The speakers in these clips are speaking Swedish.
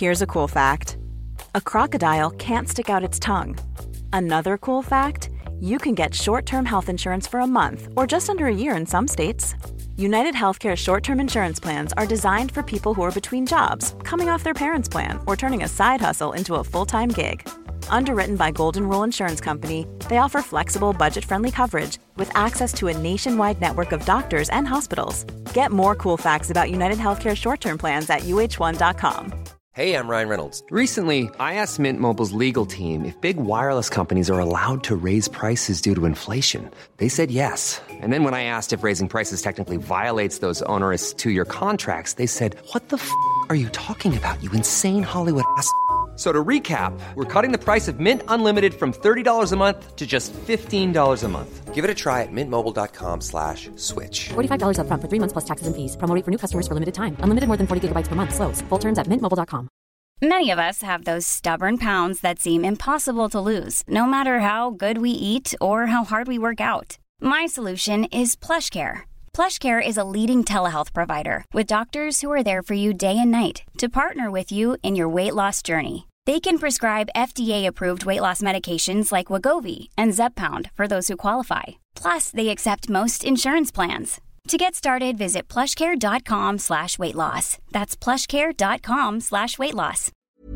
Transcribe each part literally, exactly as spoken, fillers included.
Here's a cool fact. A crocodile can't stick out its tongue. Another cool fact, you can get short-term health insurance for a month or just under a year in some states. United Healthcare short-term insurance plans are designed for people who are between jobs, coming off their parents' plan, or turning a side hustle into a full-time gig. Underwritten by Golden Rule Insurance Company, they offer flexible, budget-friendly coverage with access to a nationwide network of doctors and hospitals. Get more cool facts about United Healthcare short-term plans at U H one dot com. Hey, I'm Ryan Reynolds. Recently, I asked Mint Mobile's legal team if big wireless companies are allowed to raise prices due to inflation. They said yes. And then when I asked if raising prices technically violates those onerous two-year contracts, they said, what the f*** are you talking about, you insane Hollywood ass f- So to recap, we're cutting the price of Mint Unlimited from thirty dollars a month to just fifteen dollars a month. Give it a try at mintmobile.com slash switch. forty-five dollars up front for three months plus taxes and fees. Promo rate for new customers for limited time. Unlimited more than forty gigabytes per month. Slows full terms at mint mobile dot com. Many of us have those stubborn pounds that seem impossible to lose, no matter how good we eat or how hard we work out. My solution is PlushCare. PlushCare is a leading telehealth provider with doctors who are there for you day and night to partner with you in your weight loss journey. They can prescribe F D A-approved weight loss medications like Wegovy and Zepbound for those who qualify. Plus, they accept most insurance plans. To get started, visit plushcare.com slash weight loss. That's plushcare.com slash weight loss.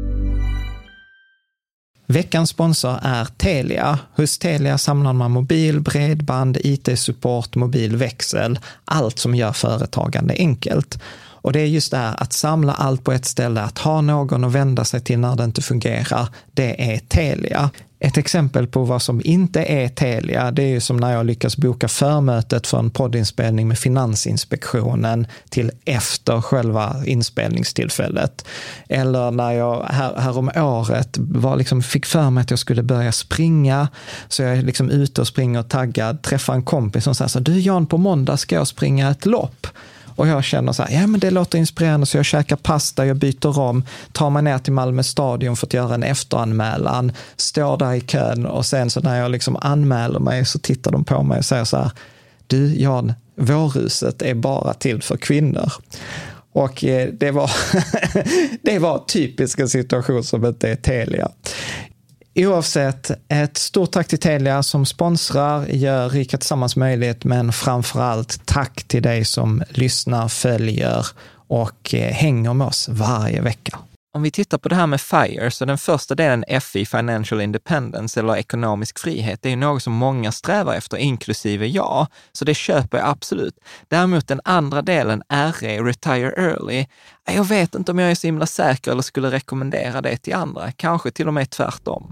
Veckans sponsor är Telia. Hos Telia samlar man mobil, bredband, I T-support, mobilväxel, allt som gör företagande enkelt. Och det är just det här att samla allt på ett ställe, att ha någon att vända sig till när det inte fungerar, det är Telia. Ett exempel på vad som inte är Telia, det är ju som när jag lyckas boka förmötet för en poddinspelning med Finansinspektionen till efter själva inspelningstillfället. Eller när jag här, här om året var liksom, fick för mig att jag skulle börja springa, så jag är liksom ute och springer och taggad, träffar en kompis som säger så, du Jan, på måndag ska jag springa ett lopp. Och jag känner så här, ja men det låter inspirerande, så jag käkar pasta, jag byter om, tar mig ner till Malmö stadion för att göra en efteranmälan, står där i kön, och sen så när jag liksom anmäler mig så tittar de på mig och säger så här, du Jan, vårhuset är bara till för kvinnor. Och det var, det var typisk en situation som inte är Telia. Oavsett, ett stort tack till Telia som sponsrar, gör Rika Tillsammans möjligt, men framförallt tack till dig som lyssnar, följer och hänger med oss varje vecka. Om vi tittar på det här med FIRE, så den första delen F I, Financial Independence eller ekonomisk frihet, det är ju något som många strävar efter, inklusive jag, så det köper jag absolut. Däremot den andra delen, R E, Retire Early, jag vet inte om jag är så himla säker eller skulle rekommendera det till andra, kanske till och med tvärtom.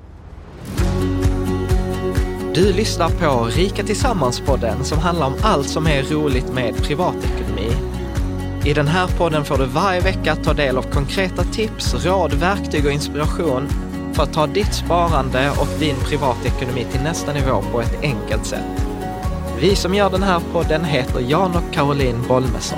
Du lyssnar på Rika Tillsammans-podden som handlar om allt som är roligt med privatekonomi. I den här podden får du varje vecka ta del av konkreta tips, råd, verktyg och inspiration för att ta ditt sparande och din privatekonomi till nästa nivå på ett enkelt sätt. Vi som gör den här podden heter Jan och Caroline Bolmesson.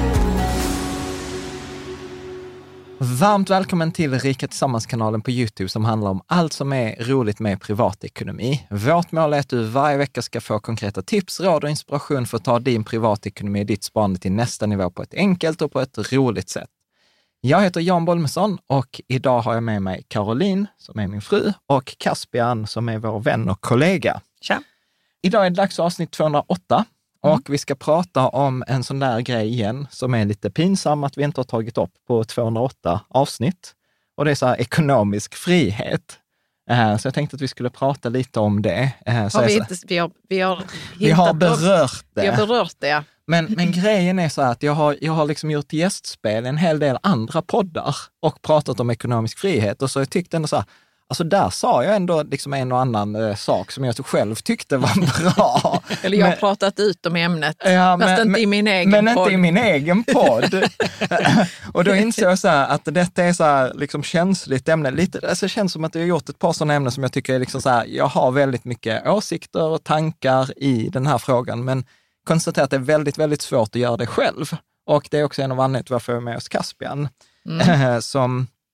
Varmt välkommen till Rika Tillsammans-kanalen på YouTube som handlar om allt som är roligt med privatekonomi. Vårt mål är att du varje vecka ska få konkreta tips, råd och inspiration för att ta din privatekonomi och ditt sparande till nästa nivå på ett enkelt och på ett roligt sätt. Jag heter Jan Bolmesson och idag har jag med mig Caroline som är min fru och Caspian som är vår vän och kollega. Tja! Idag är det dags för avsnitt tvåhundraåtta. Och mm. vi ska prata om en sån där grej igen som är lite pinsam att vi inte har tagit upp på tvåhundraåtta avsnitt. Och det är så här ekonomisk frihet. Uh, så jag tänkte att vi skulle prata lite om det. Uh, så har vi, så, inte, vi, har, vi, har vi har berört det. Vi har berört det. Men, men grejen är så att jag har, jag har liksom gjort gästspel i en hel del andra poddar och pratat om ekonomisk frihet. Och så jag tyckte ändå så här, alltså där sa jag ändå liksom en och annan eh, sak som jag själv tyckte var bra. Eller jag har men, pratat ut om ämnet, ja, fast men, inte i min egen men podd. Men inte i min egen podd. Och då inser jag så här att detta är så här liksom känsligt ämne. Lite, alltså det känns som att jag har gjort ett par sådana ämnen som jag tycker är liksom så här, jag har väldigt mycket åsikter och tankar i den här frågan, men konstaterar att det är väldigt, väldigt svårt att göra det själv. Och det är också en av anledningarna till varför jag är med oss Caspian. Mm. som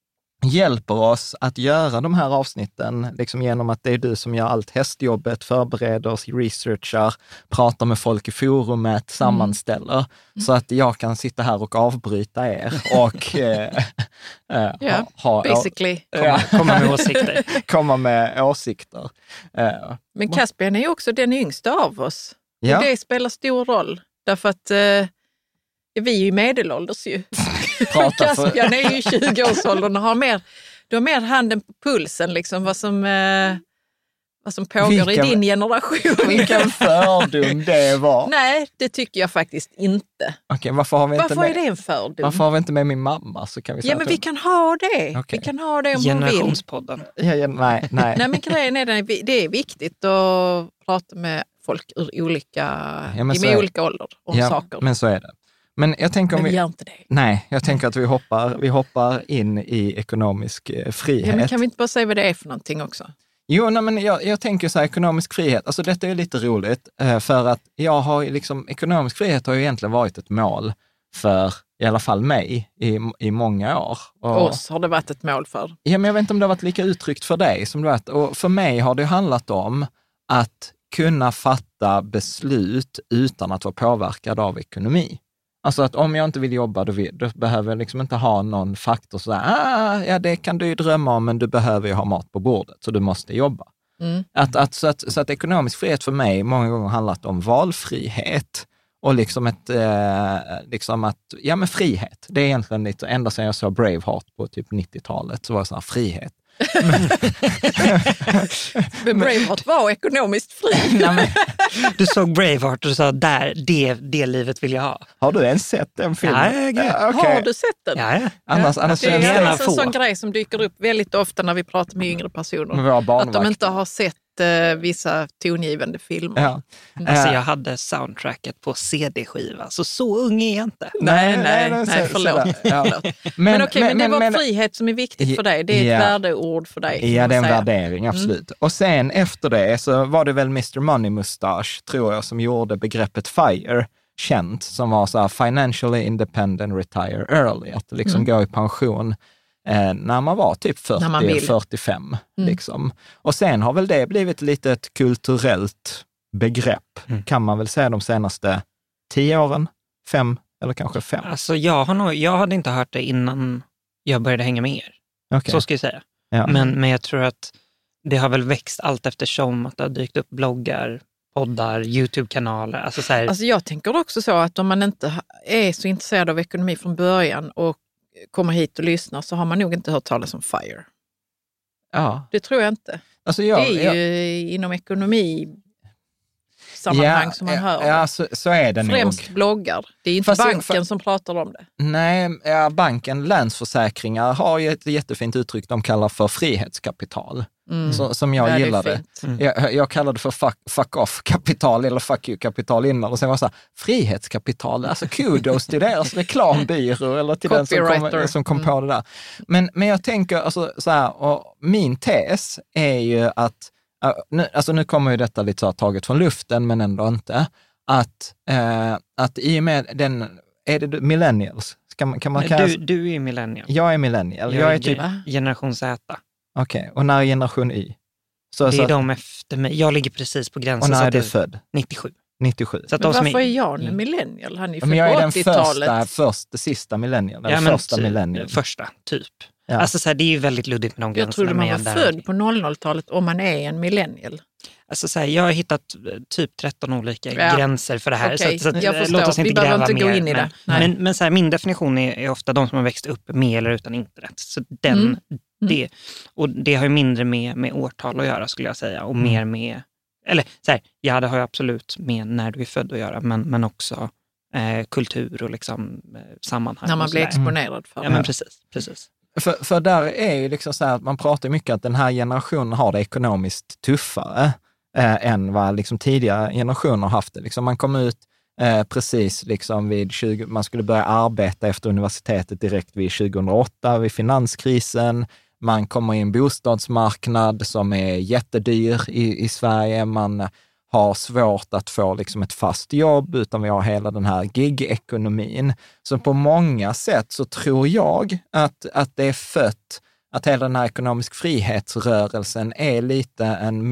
hjälper oss att göra de här avsnitten liksom genom att det är du som gör allt hästjobbet, förbereder, researchar, pratar med folk i forumet, sammanställer. Mm. Så att jag kan sitta här och avbryta er och eh, eh, yeah, ha, ha, basically. Ja, komma med åsikter. komma med åsikter. Eh, Men Caspian är ju också den yngsta av oss. Ja. Och det spelar stor roll. Därför att eh, vi är ju medelålders ju. Caspian är ju i tjugo-årsåldern och har mer, du har mer handen på pulsen, liksom, vad som, eh, vad som pågår vilken, i din generation. Vilken fördom det var. Nej, det tycker jag faktiskt inte. Okej, varför har vi inte varför med, är det en fördom? Varför har vi inte med min mamma? Så kan vi säga ja, men vi kan ha det. Okay. Vi kan ha det om Generationspodden. Ja, ja, nej, nej. nej, men grejen är det, det är viktigt att prata med folk ur olika, ja, med är... olika ålder om ja, saker. Men så är det. Men jag tänker om men vi vi gör inte det. Nej, jag tänker att vi hoppar, vi hoppar in i ekonomisk frihet. Ja, men kan vi inte bara säga vad det är för någonting också? Jo, nej, men jag, jag tänker så här, ekonomisk frihet, alltså detta är lite roligt för att jag har liksom, ekonomisk frihet har ju egentligen varit ett mål för i alla fall mig i, i många år. Och oss har det varit ett mål för. Ja, men jag vet inte om det har varit lika uttryckt för dig som det varit. Och för mig har det handlat om att kunna fatta beslut utan att vara påverkad av ekonomi. Alltså att om jag inte vill jobba, då, vill, då behöver jag liksom inte ha någon faktor så här, ah, ja det kan du ju drömma om, men du behöver ju ha mat på bordet, så du måste jobba. Mm. Att, att, så, att, så att ekonomisk frihet för mig många gånger handlat om valfrihet och liksom ett, eh, liksom att, ja men frihet, det är egentligen lite, ända sedan jag såg Braveheart på typ nittiotalet så var det så här, frihet. Men Braveheart var ekonomiskt fri. Nej, men, du såg Braveheart och du sa, där, det, det livet vill jag ha. Har du ens sett den filmen? Ja, ja, okay. Har du sett den? Ja, ja. Annars, annars det är gärna en få. sån grej som dyker upp väldigt ofta när vi pratar med yngre personer. Med våra barnvakter. Att de inte har sett uh, vissa tongivande filmer. Ja. Mm. Alltså jag hade soundtracket på C D-skiva, så så ung är jag inte. Nej, nej, nej, nej förlåt. Ja. Men, men okej, men, men det var men, frihet som är viktigt för dig. Det är ett ja, värdeord för dig. Ja, det är en säga. värdering, absolut. Mm. Och sen efter det så var det väl mister Money Mustache, tror jag, som gjorde begreppet FIRE känt, som var så här financially independent retire early, att liksom mm. gå i pension eh, när man var typ fyrtio till fyrtiofem. Mm. Liksom. Och sen har väl det blivit lite ett kulturellt begrepp, mm. kan man väl säga de senaste tio åren, fem eller kanske fem. Alltså jag, har nog, jag hade inte hört det innan jag började hänga med er. Okay. Så ska jag säga. Ja. Men, men jag tror att det har väl växt allt eftersom att det har dykt upp bloggar, poddar, YouTube-kanaler. Alltså, så här... alltså jag tänker också så att om man inte är så intresserad av ekonomi från början och kommer hit och lyssnar så har man nog inte hört talas om FIRE. Ja. Det tror jag inte. Alltså jag, det är jag... ju inom ekonomi sammanhang ja, som man hör. Ja, så, så är det främst nog. bloggar. Det är inte Fast, banken för, som pratar om det. Nej, ja, banken, Länsförsäkringar har ju ett jättefint uttryck de kallar för frihetskapital. Mm. Så, som jag ja, gillade. Mm. Jag, jag kallade det för fuck, fuck off-kapital eller fuck you-kapital innan. Och sen var det så här, frihetskapital, alltså kudos till deras reklambyrå eller till den som kom, som kom mm. på det där. Men, men jag tänker, alltså, så här, och min tes är ju att Nu, alltså nu kommer ju detta lite så här taget från luften, men ändå inte. Att, eh, att i och med den, är det millennials? Kan man, kan man kalla... du, du är millennial. Jag är millennial. Jag, jag är typ... generation Z. Okej, okay. Och när är generation Y? Så, det är så att... de efter mig. Jag ligger precis på gränsen. Och när så är du det... född? nittiosju. nittiosju. Så att men varför är... är jag en millennial? Han är men jag är den åttiotalet. första, första, sista millennial. Ja, första typ, millennial. Första, typ. Ja. Alltså så här, det är ju väldigt luddigt med de gränserna. Jag trodde man var där. född på noll noll-talet om man är en millennial. Alltså så här, jag har hittat typ tretton olika ja. gränser för det här. Okay. Så, att, så att, jag förstår. låt oss inte Vi behöver gräva inte mer, gå in i men, det. Nej. Men, men så här, min definition är, är ofta de som har växt upp med eller utan internet. Så den, mm. det, och det har ju mindre med, med årtal att göra skulle jag säga. Och mm. mer med, eller så här, ja det har ju absolut med när du är född att göra. Men, men också eh, kultur och liksom eh, sammanhang. När man blir där. exponerad för ja, men precis, precis. För, för där är ju liksom så här att man pratar mycket att den här generationen har det ekonomiskt tuffare eh, än vad liksom tidigare generationer har haft det. Liksom man kom ut eh, precis liksom vid tjugo, man skulle börja arbeta efter universitetet direkt vid tjugohundraåtta, vid finanskrisen. Man kommer i en bostadsmarknad som är jättedyr i, i Sverige. Man har svårt att få liksom ett fast jobb, utan vi har hela den här gig-ekonomin. Så på många sätt så tror jag att, att det är fött att hela den här ekonomisk frihetsrörelsen är lite en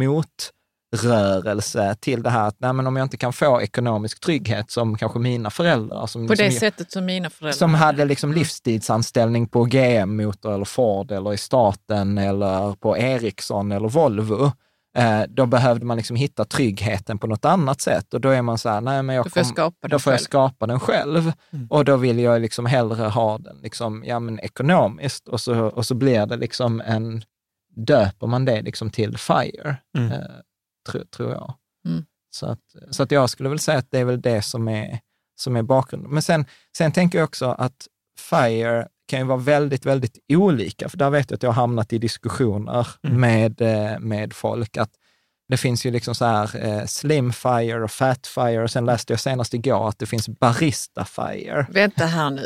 motrörelse till det här att nej, men om jag inte kan få ekonomisk trygghet som kanske mina föräldrar. Som, på det liksom, sättet som mina föräldrar. Som hade liksom livstidsanställning på G M-motor eller Ford eller i staten eller på Ericsson eller Volvo. Eh, då behövde man liksom hitta tryggheten på något annat sätt. Och då är man så här, nej men jag, då får jag kom, skapa då får jag skapa den själv. Mm. Och då vill jag liksom hellre ha den liksom, ja, men ekonomiskt. Och så, och så blir det liksom en, döper man det liksom till FIRE, mm. eh, tro, tror jag. Mm. Så, att, så att jag skulle väl säga att det är väl det som är, som är bakgrunden. Men sen, sen tänker jag också att FIRE kan ju vara väldigt, väldigt olika. För där vet jag att jag har hamnat i diskussioner mm. med, med folk. Att det finns ju liksom så här eh, slim fire och fat fire. Och sen läste jag senast igår att det finns barista fire. Vänta här nu.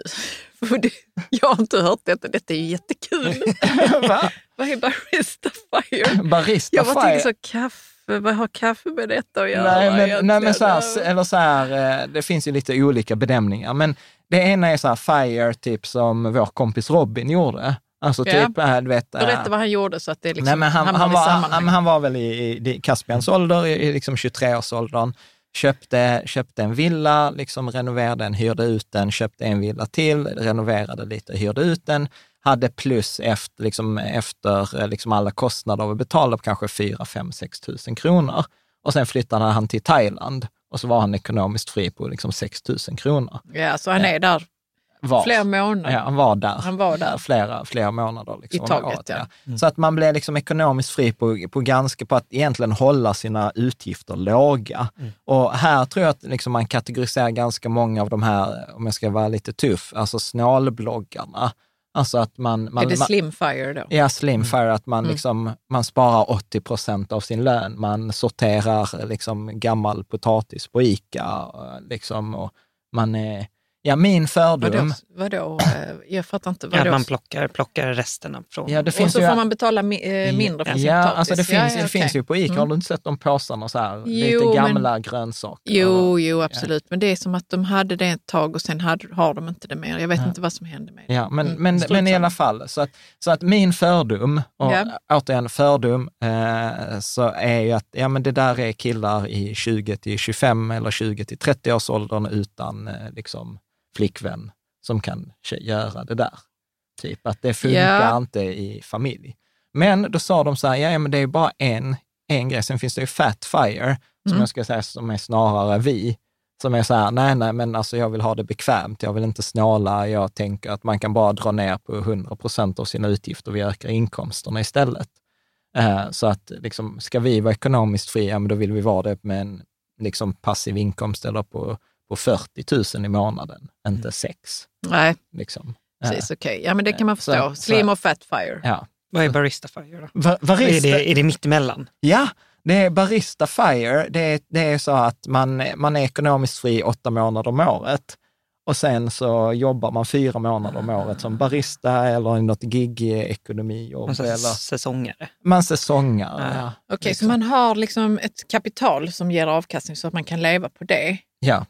Jag har inte hört detta. Detta är ju jättekul. Va? Vad är barista fire? Barista jag var fire. Jag så kaffe. Vad har kaffe med detta att göra? Nej, men, nej, men så här, eller så här, det finns ju lite olika bedömningar. Men det ena är så här fire, typ som vår kompis Robin gjorde. Alltså ja. typ, äh, du vet. Berätta vad han gjorde så att det liksom nej, men han, han, var, han, han var väl i, i Caspians ålder, i liksom tjugotre-årsåldern. Köpte, köpte en villa, liksom renoverade den, hyrde ut den, köpte en villa till, renoverade lite, hyrde ut den. Hade plus efter, liksom, efter liksom alla kostnader och betalade på kanske fyra, fem, sex tusen kronor. Och sen flyttade han till Thailand och så var han ekonomiskt fri på liksom sex tusen kronor. Ja, så han är där var, flera månader. Ja, han var där. Han var där. Flera, flera månader. Liksom, i taget, åt, ja. ja. Mm. Så att man blev liksom ekonomiskt fri på, på ganska, på att egentligen hålla sina utgifter låga. Mm. Och här tror jag att liksom man kategoriserar ganska många av de här, om jag ska vara lite tuff, alltså snålbloggarna. Alltså att man, man, är det Slimfire då? Ja, Slimfire, mm. att man, mm. liksom, man sparar åttio procent av sin lön. Man sorterar liksom gammal potatis på ICA. Liksom, och man är, ja, min fördom... Vadå? Vadå? Jag fattar inte. Vadå? Ja, man plockar, plockar resterna från... Ja, det finns och så ju, får man betala mi, äh, mindre för sin ja, potatis. alltså det finns, ja, ja, det okay. finns ju på ICA. Mm. Har du inte sett de påsarna så här? Jo, lite gamla men, grönsaker. Jo, jo, absolut. Ja. Men det är som att de hade det ett tag och sen hade, har de inte det mer. Jag vet ja. inte vad som hände med det. Ja, men, mm. men, men i alla fall. Så att, så att min fördom, och ja. återigen fördom, eh, så är ju att ja, men det där är killar i tjugo till tjugofem eller tjugo till trettio års åldern utan eh, liksom flickvän som kan göra det där. Typ att det funkar ja. inte i familj. Men då sa de så här, ja men det är bara en, en grej. Sen finns det ju Fat Fire, som mm. jag ska säga som är snarare vi. Som är så här, nej nej men alltså jag vill ha det bekvämt. Jag vill inte snåla. Jag tänker att man kan bara dra ner på hundra procent av sina utgifter. Vi ökar inkomsterna istället. Uh, så att liksom, ska vi vara ekonomiskt fria, men då vill vi vara det med en liksom, passiv inkomst eller på på fyrtio tusen i månaden, inte mm. sex. Nej, liksom. precis, okej. Okay. Ja, men det kan man förstå. Så, Slim så, och Fat Fire. Ja. Vad är Barista Fire då? Va- barista? Är det, är det mittemellan? Ja, det är Barista Fire. Det är, det är så att man, man är ekonomiskt fri åtta månader om året. Och sen så jobbar man fyra månader om året som barista eller i något gig-ekonomijobb. Alltså eller säsongare. Man säsongare, ja. ja. Okej, okay, liksom. Så man har liksom ett kapital som ger avkastning så att man kan leva på det. Ja.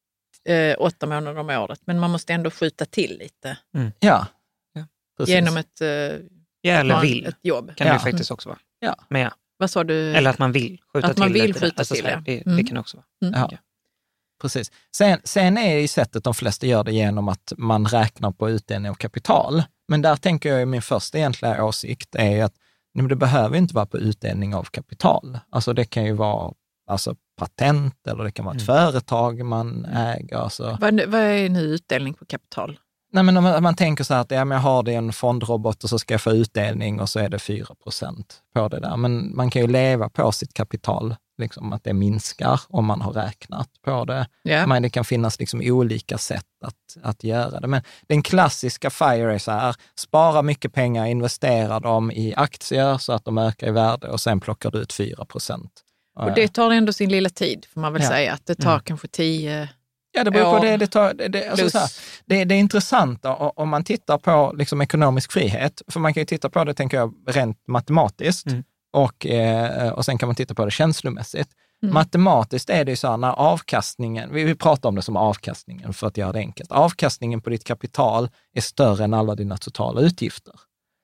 Eh, åtta månader om året. Men man måste ändå skjuta till lite. Mm. Ja. ja. Genom ett, eh, ja, eller man, vill. ett jobb. Kan ja. det faktiskt också vara. Ja. Men ja. Vad sa du? Eller att man vill skjuta att till. Man vill lite skjuta alltså, till, här, ja. det, mm. det kan det också vara. Mm. Ja. Precis. Sen, sen är det ju sättet de flesta gör det genom att man räknar på utdelning av kapital. Men där tänker jag, min första egentliga åsikt är att nej, det behöver inte vara på utdelning av kapital. Alltså det kan ju vara alltså, patent eller det kan vara ett mm. företag man äger. Alltså. Vad, vad är nu utdelning på kapital? Nej, men om man, man tänker så här att ja, men jag har det i en fondrobot och så ska jag få utdelning och så är det fyra procent på det där. Men man kan ju leva på sitt kapital, liksom att det minskar om man har räknat på det. Yeah. Men det kan finnas liksom olika sätt att, att göra det. Men den klassiska FIRE är så här, spara mycket pengar, investera dem i aktier så att de ökar i värde och sen plockar du ut fyra procent. Och det tar ändå sin lilla tid, får man väl ja. säga. Att det tar mm. kanske tio... Ja, det beror på det. Det, tar, det, det, alltså så här, det, det är intressant då, om man tittar på liksom ekonomisk frihet. För man kan ju titta på det, tänker jag, rent matematiskt. Mm. Och, eh, och sen kan man titta på det känslomässigt. Mm. Matematiskt är det ju så här, när avkastningen, vi, vi pratar om det som avkastningen för att göra det enkelt. Avkastningen på ditt kapital är större än alla dina totala utgifter.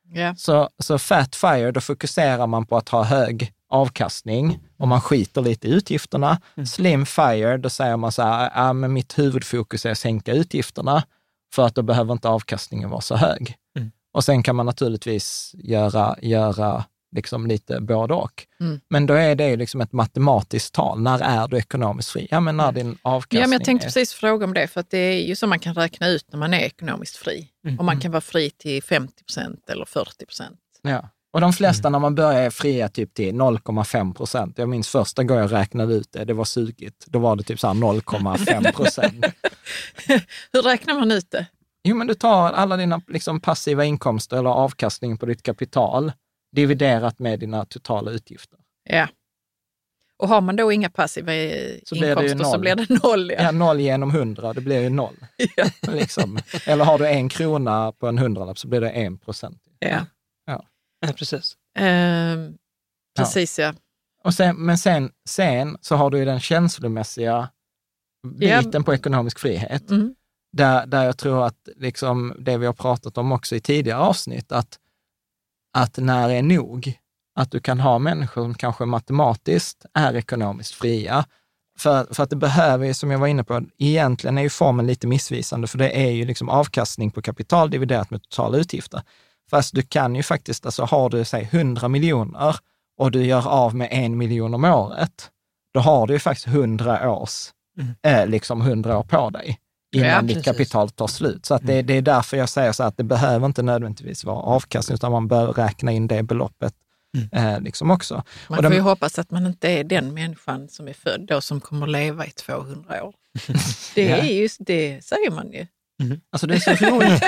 Yeah. Så, så fat fire, då fokuserar man på att ha hög avkastning och man skiter lite i utgifterna. Mm. Slim fire, då säger man så här, ja, men mitt huvudfokus är att sänka utgifterna för att då behöver inte avkastningen vara så hög. Mm. Och sen kan man naturligtvis göra, göra liksom lite både och. Mm. Men då är det ju liksom ett matematiskt tal. När är du ekonomiskt fri? Ja, men när din avkastning ja, men jag tänkte är... precis fråga om det, för att det är ju så man kan räkna ut när man är ekonomiskt fri. Mm. Och man kan vara fri till femtio procent eller fyrtio procent. Ja, och de flesta mm. när man börjar är fria typ till noll komma fem procent. Jag minns första gången jag räknade ut det, det var sugigt. Då var det typ så här noll komma fem procent. Hur räknar man ut det? Jo, men du tar alla dina liksom passiva inkomster eller avkastning på ditt kapital dividerat med dina totala utgifter. Ja. Och har man då inga passiva så inkomster blir så blir det noll. Ja, ja noll genom hundra, det blir ju noll. Ja. Liksom. Eller har du en krona på en hundralapp så blir det en procent. Ja. Ja. Ja, precis. Uh, precis, ja. ja. Och sen, men sen, sen så har du ju den känslomässiga biten ja. på ekonomisk frihet. Mm. Där, där jag tror att liksom det vi har pratat om också i tidigare avsnitt, att, att när det är nog, att du kan ha människor som kanske matematiskt är ekonomiskt fria. För, för att det behöver ju, som jag var inne på, egentligen är ju formen lite missvisande, för det är ju liksom avkastning på kapital dividerat med totala utgifter. Fast du kan ju faktiskt, alltså har du säg hundra miljoner och du gör av med en miljon om året, då har du ju faktiskt hundra års, mm. eh, liksom hundra år på dig innan ja, ditt kapital tar slut. Så att det, det är därför jag säger så att det behöver inte nödvändigtvis vara avkastning, utan man bör räkna in det beloppet mm. eh, liksom också. Man får ju hoppas att man inte är den människan som är född då som kommer att leva i tvåhundra år. Det är just det, säger man ju. Mm. Alltså det är så roligt.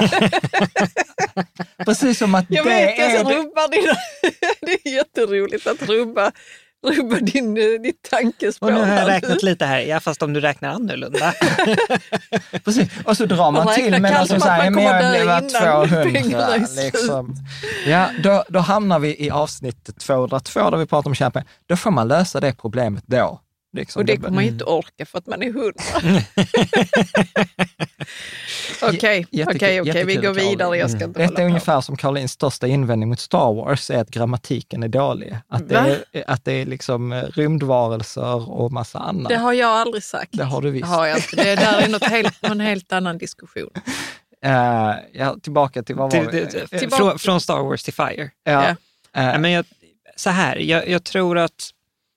Precis som att jag det vet, jag är... rubbar dina... Det är jätteroligt att rubba, rubba din, ditt tankespår. Och nu har jag räknat lite här, ja, fast om du räknar annorlunda. Precis, och så drar man, man till med alltså så här, men jag blev tvåhundra. Liksom. Ja, då, då hamnar vi i avsnitt tvåhundratvå där vi pratar om köpen. Då får man lösa det problemet då. Liksom. Och det kommer man ju inte orka för att man är hundra. Okej, okej, okej, vi går vidare. Jag ska inte mm. Detta är på. ungefär som Karolins största invändning mot Star Wars, är att grammatiken är dålig. Att det är, att det är liksom rymdvarelser och massa annat. Det har jag aldrig sagt. Det har du visst. Det har jag inte. Det där är något helt, en helt annan diskussion. Uh, ja, tillbaka till vad var till, till, till, från, från Star Wars till Fire. Ja. Uh, Men jag, så här, jag, jag tror att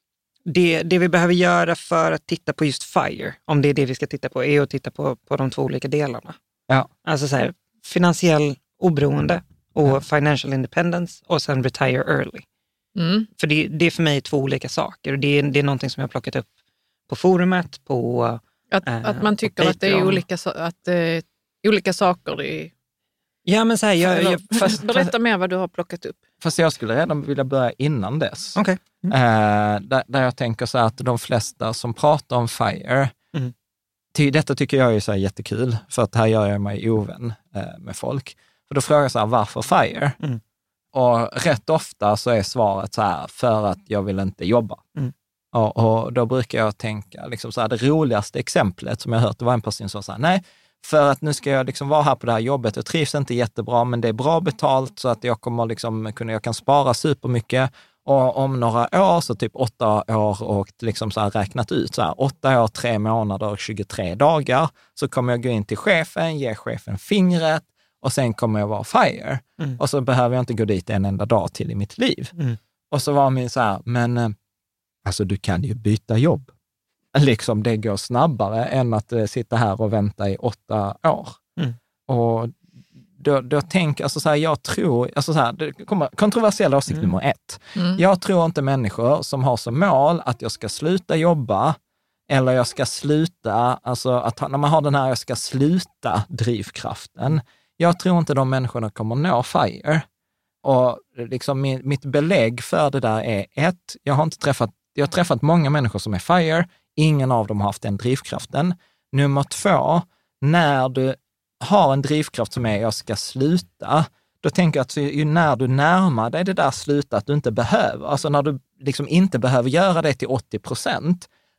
Det, det vi behöver göra för att titta på just Fire, om det är det vi ska titta på, är att titta på, på de två olika delarna. Ja. Alltså så här, finansiell oberoende och ja. financial independence och sen retire early. Mm. För det, det är för mig två olika saker. Det är, det är någonting som jag har plockat upp på forumet, på Att, äh, att man tycker att det är olika, att, äh, olika saker. Det är... Ja, men så här, jag, jag, fast, berätta mer vad du har plockat upp. Fast jag skulle redan vilja börja innan dess. Okay. Mm. Eh, där, där jag tänker så att de flesta som pratar om Fire, mm. ty, detta tycker jag är så här jättekul, för att här gör jag mig ovän eh, med folk. För då frågar jag så här, varför Fire? Mm. Och rätt ofta så är svaret så här, för att jag vill inte jobba. Mm. Och, och då brukar jag tänka, liksom så här, det roligaste exemplet som jag hört, det var en person som sa, nej, för att nu ska jag liksom vara här på det här jobbet. Jag trivs inte jättebra, men det är bra betalt så att jag kommer liksom kunna, jag kan spara supermycket. Och om några år, så typ åtta år och liksom så här räknat ut så här, åtta år, tre månader och tjugotre dagar, så kommer jag gå in till chefen, ge chefen fingret och sen kommer jag vara Fire. Mm. Och så behöver jag inte gå dit en enda dag till i mitt liv. Mm. Och så var min så här, men alltså du kan ju byta jobb. Liksom det går snabbare än att uh, sitta här och vänta i åtta år. Mm. Och då, då tänker, alltså så här, jag tror, alltså så här, det kommer kontroversiell åsikt mm. nummer ett. Mm. Jag tror inte människor som har som mål att jag ska sluta jobba eller jag ska sluta, alltså att när man har den här jag ska sluta drivkraften, jag tror inte de människorna kommer nå Fire. Och liksom min, mitt belägg för det där är ett, jag har inte träffat, jag har träffat många människor som är Fire. Ingen av dem har haft den drivkraften. Nummer två, när du har en drivkraft som är jag ska sluta, då tänker jag att ju när du närmar dig det där sluta att du inte behöver, alltså när du liksom inte behöver göra det till åttio procent,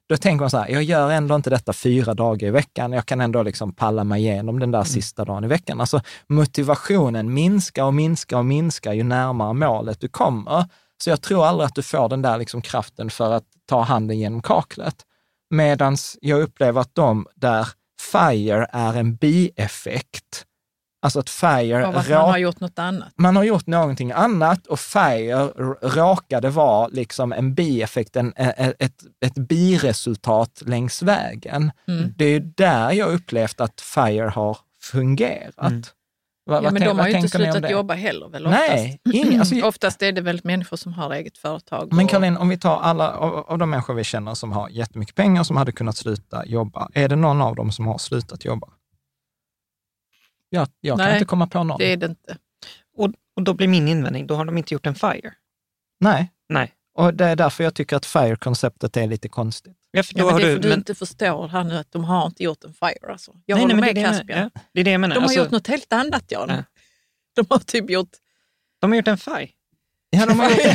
då tänker man så här, jag gör ändå inte detta fyra dagar i veckan. Jag kan ändå liksom palla mig igenom den där mm. sista dagen i veckan. Alltså motivationen minskar och minskar och minskar ju närmare målet du kommer. Så jag tror aldrig att du får den där liksom kraften för att ta handen genom kaklet. Medans jag upplever att de där FIRE är en bieffekt. Alltså att FIRE... Av att man har gjort något annat. Man har gjort någonting annat och FIRE råkade vara liksom en bieffekt, en, ett, ett biresultat längs vägen. Mm. Det är ju där jag upplevt att FIRE har fungerat. Mm. Va, ja, men tänk, de har ju inte slutat jobba heller väl oftast. Nej, ingen, alltså, oftast är det väl människor som har eget företag. Men och... Caroline, om vi tar alla av, av de människor vi känner som har jättemycket pengar som hade kunnat sluta jobba, är det någon av dem som har slutat jobba? Jag, jag kan Nej, inte komma på någon. Det är det inte. Och, och då blir min invändning, då har de inte gjort en FIRE. Nej. Nej. Och det är därför jag tycker att FIRE-konceptet är lite konstigt. Ja, för då ja, men det är för du, du men... inte förstår här nu att de har inte gjort en FIRE. Alltså. Jag nej, håller nej, med det Caspian. Ja, det är det jag menar. De har alltså... gjort något helt annat, Jan. Ja. De har typ gjort... De har gjort en FIRE. Ja, de har gjort...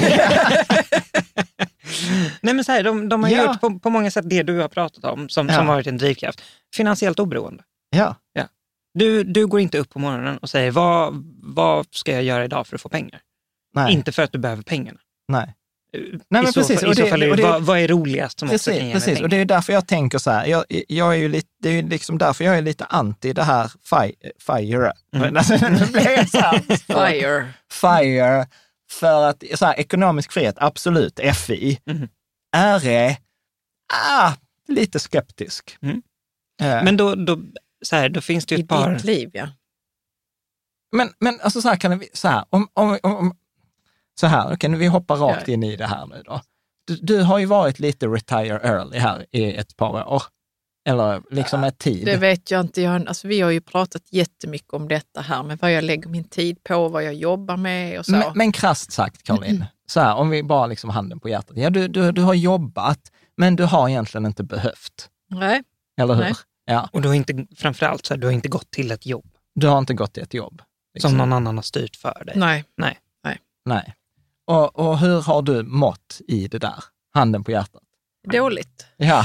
Nej, men så här, de, de har ja. gjort på, på många sätt det du har pratat om som, ja. som varit en drivkraft. Finansiellt oberoende. Ja. ja. Du, du går inte upp på morgonen och säger, vad, vad ska jag göra idag för att få pengar? Nej. Inte för att du behöver pengarna. Nej. Nej, men I så precis. fall, Och det, i så fall är det, och det, vad, vad är roligast som precis, också kan ge precis. mig Och det är därför jag tänker så här, jag, jag är ju lite, det är ju liksom därför jag är lite anti det här FIRE. FIRE. Mm. Alltså, nu blir jag så här, FIRE. FIRE. För att så här, ekonomisk frihet, absolut, F I. Mm. R E, ah, lite skeptisk. Mm. Uh. Men då, då, så här, då finns det ju ett I par... I ditt liv, ja. Men, men alltså så här kan vi, så här, om, om, om så här, okej, okay, vi hoppar rakt ja. in i det här nu då. Du, du har ju varit lite retire early här i ett par år. Eller liksom ett tid. Det vet jag inte. Jag, alltså, vi har ju pratat jättemycket om detta här, med vad jag lägger min tid på, vad jag jobbar med och så. Men, men krasst sagt, Caroline, mm. så här, om vi bara liksom handen på hjärtat. Ja, du, du, du har jobbat, men du har egentligen inte behövt. Nej. Eller hur? Nej. Ja. Och du har inte, framförallt så här, du har inte gått till ett jobb. Du har inte gått till ett jobb. Liksom. Som någon annan har styrt för dig. Nej. Nej. Nej. Nej. Och, och hur har du mått i det där? Handen på hjärtat. Dåligt. Ja.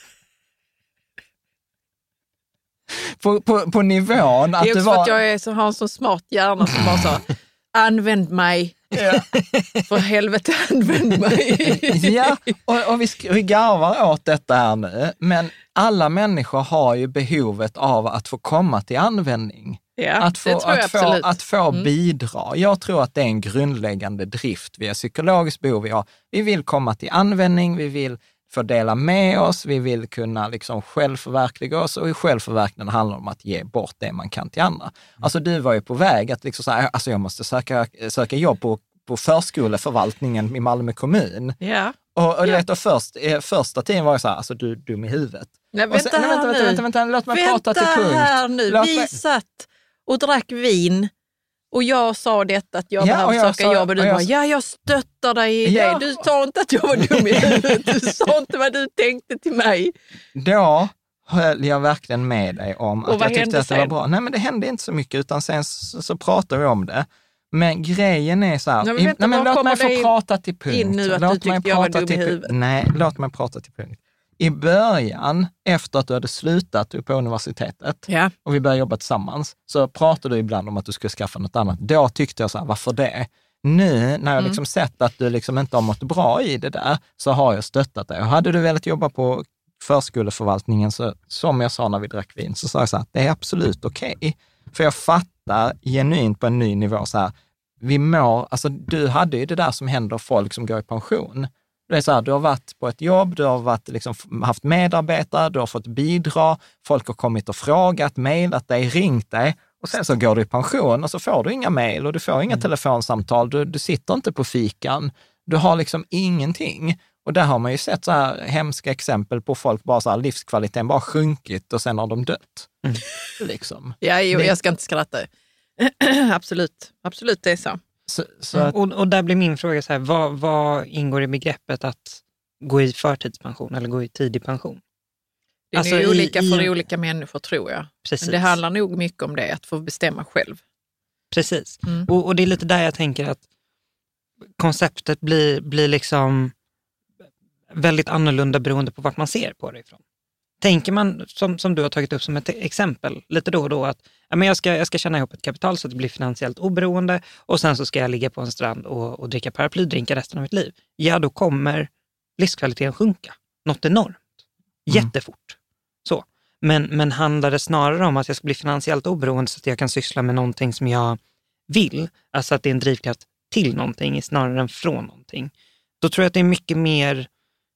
På, på, på nivån att det är du också var... för att jag är så, har en så smart hjärna som bara så, använd mig. Ja. För helvete, använd mig. Ja, och, och vi, vi garvar åt detta här nu, men alla människor har ju behovet av att få komma till användning. Ja, att få, det tror jag att få, absolut. att få mm. bidra. Jag tror att det är en grundläggande drift. Vi har psykologiskt behov. Vi, har, vi vill komma till användning, vi vill få dela med oss, vi vill kunna liksom självförverkliga oss, och i självförverkligande handlar det om att ge bort det man kan till andra. Mm. Alltså du var ju på väg att liksom säga, alltså jag måste söka, söka jobb på, på förskoleförvaltningen i Malmö kommun. Ja. Och, och ja. vet, och först, första tiden var jag så här, alltså du är dum i huvudet. Nej, vänta, sen, nej, vänta, vänta, vänta, vänta, låt mig vänta prata till punkt. här nu, låt vi mig... satt och drack vin och jag sa detta att jag ja, behöver jag söka sa, jobb och du och jag... bara, ja jag stöttar dig i ja. det. Du sa inte att jag var dum i huvudet, du sa inte vad du tänkte till mig. Då höll jag verkligen med dig om och att jag tyckte att det sen? var bra. Nej, men det hände inte så mycket, utan sen så, så pratade vi om det. Men grejen är så här, nej, men, vänta, i, nej, men låt mig få in, prata till punkt. In nu att låt du tyckte jag var dum i huvudet. Nej, låt mig prata till punkt. I början, efter att du hade slutat på universitetet ja. och vi började jobba tillsammans, så pratade du ibland om att du skulle skaffa något annat. Då tyckte jag så här, varför det? Nu, när jag mm. liksom sett att du liksom inte har mått bra i det där, så har jag stöttat dig. Och hade du velat jobba på förskoleförvaltningen, så, som jag sa när vi drack vin, så sa jag så här, det är absolut okej. Okay. För jag fattar genuint på en ny nivå så här, vi mår, alltså du hade ju det där som händer folk som går i pension. Det är så här, du har varit på ett jobb, du har varit, liksom, haft medarbetare, du har fått bidra, folk har kommit och frågat, mejlat dig, ringt dig, och sen så går du i pension och så får du inga mejl och du får inga mm. telefonsamtal, du, du sitter inte på fikan, du har liksom ingenting. Och där har man ju sett så här hemska exempel på folk bara så här, livskvaliteten bara sjunkit och sen har de dött. Mm. Liksom. Ja, jo, det... jag ska inte skratta. absolut, absolut det är så. så, så att... och, och där blir min fråga så här, vad, vad ingår i begreppet att gå i förtidspension eller gå i tidig pension? Det är alltså i, olika i... för olika människor, tror jag. Precis. Men det handlar nog mycket om det, att få bestämma själv. Precis. Mm. Och, och det är lite där jag tänker att konceptet blir, blir liksom väldigt annorlunda beroende på vart man ser på det ifrån. Tänker man, som, som du har tagit upp som ett exempel, lite då och då, att ja, men jag, ska, jag ska tjäna ihop ett kapital så att det blir finansiellt oberoende och sen så ska jag ligga på en strand och, och dricka paraplydrinka resten av mitt liv. Ja, då kommer livskvaliteten sjunka. Något enormt. Jättefort. Så. Men, men handlar det snarare om att jag ska bli finansiellt oberoende så att jag kan syssla med någonting som jag vill, alltså att det är en drivkraft till någonting snarare än från någonting, då tror jag att det är mycket mer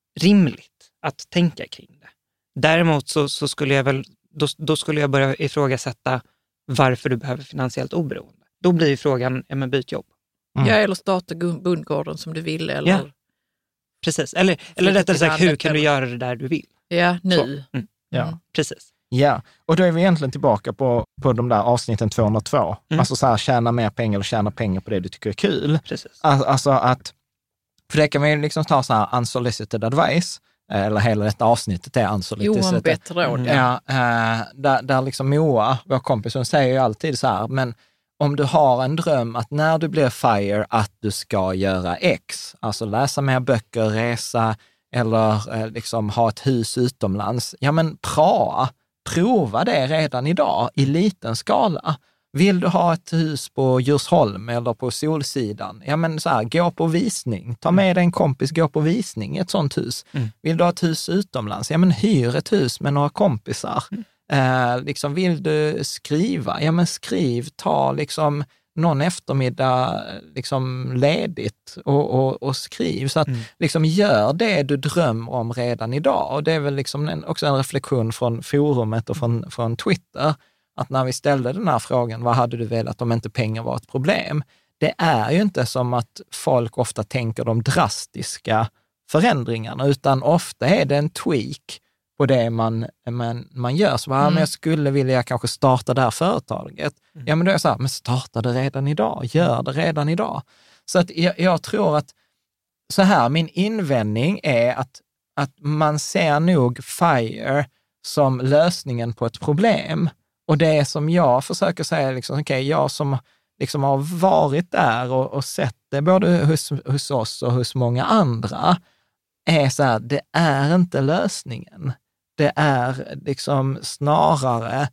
rimligt att tänka kring det. Däremot så, så skulle jag väl, då, då skulle jag börja ifrågasätta varför du behöver finansiellt oberoende. Då blir ju frågan, ja men byt jobb. Mm. Ja, eller starta bondgården som du vill. Eller... Ja, precis. Eller, eller rättare sagt, hur kan du göra det där du vill? Ja, nu. Mm. Ja. Precis. Ja, och då är vi egentligen tillbaka på, på de där avsnitten tvåhundratvå. Mm. Alltså så här, tjäna mer pengar och tjäna pengar på det du tycker är kul. Precis. Alltså att, för det kan man ju liksom ta så här unsolicited advice, eller hela detta avsnittet är unsolicited. Johan bättre råd. Ja, ja äh, där, där liksom Moa, vår kompis, hon säger ju alltid så här, men om du har en dröm att när du blir FIRE att du ska göra X, alltså läsa mer böcker, resa eller eh, liksom ha ett hus utomlands, ja men pra, prova det redan idag i liten skala. Vill du ha ett hus på Djursholm eller på Solsidan? Ja men så här, gå på visning. Ta med dig en kompis, gå på visning i ett sånt hus. Mm. Vill du ha ett hus utomlands? Ja men hyr ett hus med några kompisar. Mm. Eh, liksom, vill du skriva? Ja men skriv, ta liksom någon eftermiddag liksom ledigt och, och, och skriv. Så att mm. liksom gör det du drömmer om redan idag. Och det är väl liksom en, också en reflektion från forumet och från, från Twitter. Att när vi ställde den här frågan, vad hade du velat om inte pengar var ett problem? Det är ju inte som att folk ofta tänker de drastiska förändringarna, utan ofta är det en tweak på det man, man, man gör. Så bara, mm. men jag skulle vilja kanske starta det här företaget. Mm. Ja, men då är jag så här, men starta det redan idag. Gör det redan idag. Så att jag, jag tror att så här, min invändning är att, att man ser nog FIRE som lösningen på ett problem. Och det som jag försöker säga, liksom, okej, okay, jag som liksom har varit där och, och sett det både hos, hos oss och hos många andra, är så här, det är inte lösningen. Det är liksom snarare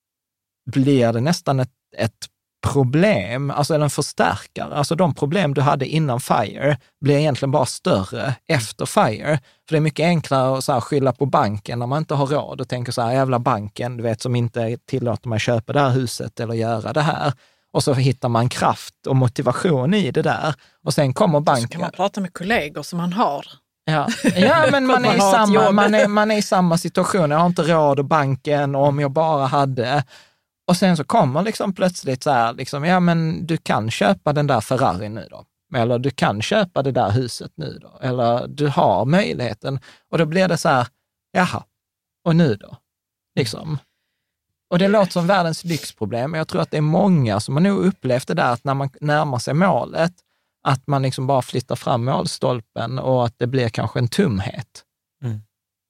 blir det nästan ett, ett problem, alltså en förstärkare. Alltså de problem du hade innan FIRE blir egentligen bara större efter FIRE. För det är mycket enklare att så här skylla på banken när man inte har råd och tänker så här, jävla banken, du vet, som inte tillåter mig att köpa det här huset eller göra det här. Och så hittar man kraft och motivation i det där. Och sen kommer banken. Så kan man prata med kollegor som man har. Ja, ja men man är, i samma, man, är, man är i samma situation. Jag har inte råd och banken om jag bara hade. Och sen så kommer liksom plötsligt så här, liksom, ja men du kan köpa den där Ferrari nu då. Eller du kan köpa det där huset nu då. Eller du har möjligheten. Och då blir det så här, jaha, och nu då? Liksom. Och det låter som världens lyxproblem. Jag tror att det är många som har nog upplevt det där att när man närmar sig målet, att man liksom bara flyttar fram målstolpen och att det blir kanske en tumhet mm.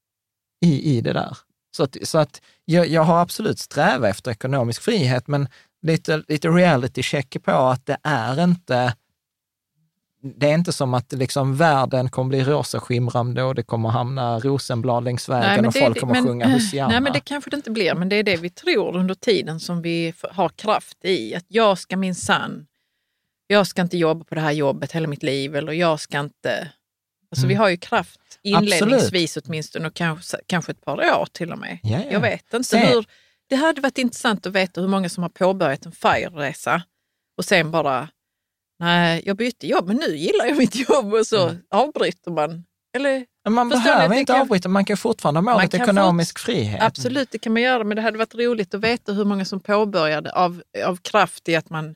i, i det där. Så att, så att jag, jag har absolut strävat efter ekonomisk frihet, men lite, lite reality check på att det är inte det är inte som att liksom världen kommer bli rosa skimrande och det kommer hamna rosenblad längs vägen. Nej, och folk det, kommer men, sjunga Hosianna. Nej, men det kanske det inte blir, men det är det vi tror under tiden som vi har kraft i. Att jag ska minsann, jag ska inte jobba på det här jobbet hela mitt liv, eller jag ska inte... Alltså mm. vi har ju kraft inledningsvis Absolut. åtminstone och kanske, kanske ett par år till och med. Ja, ja. Jag vet inte sen. hur... Det hade varit intressant att veta hur många som har påbörjat en FIRE-resa och sen bara, nej, jag bytte jobb, men nu gillar jag mitt jobb och så mm. avbryter man. Eller, man behöver inte kan... avbryta, man kan fortfarande ha målet ekonomisk få... frihet. Absolut, det kan man göra, men det hade varit roligt att veta hur många som påbörjade av, av kraft i att man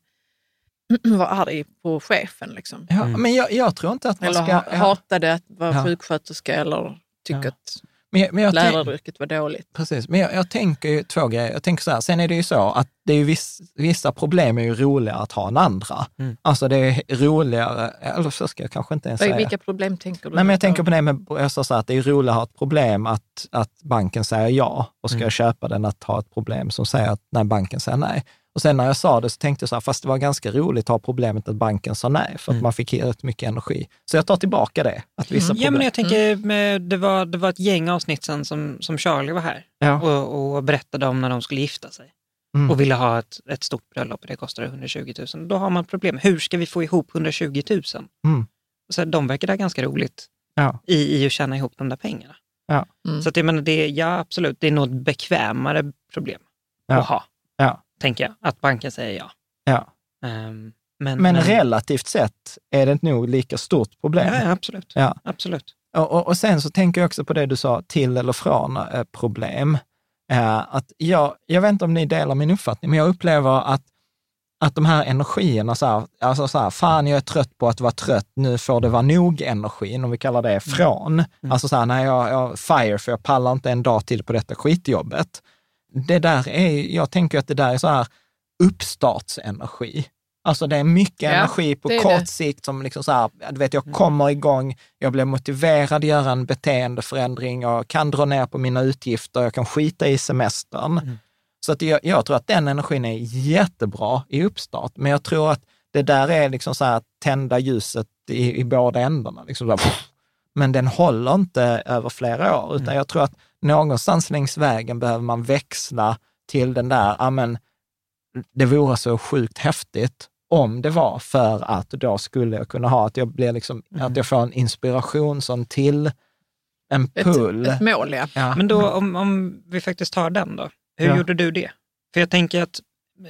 var arg på chefen. Liksom. Ja, mm. men jag, jag tror inte att man eller ska... Eller hatade att vara ja. sjuksköterska eller tycka ja. att men, men jag läraryrket var dåligt. Precis, men jag, jag tänker ju två grejer. Jag tänker så här, sen är det ju så att det är ju viss, vissa problem är ju roligare att ha än andra. Mm. Alltså det är roligare, eller så ska jag kanske inte ens säga. Vilka problem tänker du? Nej, men jag tänker på det med, jag sa så här, att det är roligare att ha ett problem att, att banken säger ja och ska mm. jag köpa den, att ha ett problem som säger att när banken säger nej. Och sen när jag sa det så tänkte jag så här, fast det var ganska roligt att ha problemet att banken sa nej, för att Mm. man fick rätt mycket energi. Så jag tar tillbaka det. Att vissa Mm. Ja, problem... men jag tänker, med, det, var, det var ett gäng avsnitt sen som, som Charlie var här Ja. och, och berättade om när de skulle gifta sig. Mm. Och ville ha ett, ett stort bröllop och det kostade hundratjugo tusen. Då har man problem. Hur ska vi få ihop hundratjugo tusen? Mm. Så de verkar det ganska roligt Ja. i, i att tjäna ihop de där pengarna. Ja. Mm. Så att jag menar, det, ja, absolut, det är nog ett bekvämare problem Ja. att ha, Ja. tänker jag. Att banken säger ja. Ja. Um, men, Men relativt sett är det inte nog lika stort problem. Ja, ja, absolut. Ja. absolut. Och, och, och sen så tänker jag också på det du sa, till eller från eh, problem. Eh, att jag, jag vet inte om ni delar min uppfattning, men jag upplever att, att de här energierna, så här, alltså så här, fan jag är trött på att vara trött, nu får det vara nog energin, om vi kallar det från. Mm. Alltså så här, när jag, jag fire för jag pallar inte en dag till på detta skitjobbet. Det där är, jag tänker att det där är så här uppstartsenergi. Alltså det är mycket Ja, energi på kort det. sikt som liksom så här, du vet, jag kommer igång, jag blir motiverad att göra en beteendeförändring, jag kan dra ner på mina utgifter, jag kan skita i semestern. Mm. Så att jag, jag tror att den energin är jättebra i uppstart, men jag tror att det där är liksom så här tända ljuset i, i båda ändarna. Liksom så här, men den håller inte över flera år, utan mm. jag tror att någonstans längs vägen behöver man växla till den där, ja men det vore så sjukt häftigt om det var för att då skulle jag kunna ha att jag blir liksom, mm. att jag får en inspiration som till en pull. Ett, ett mål, ja. ja. Men då om, om vi faktiskt tar den då, hur ja. gjorde du det? För jag tänker att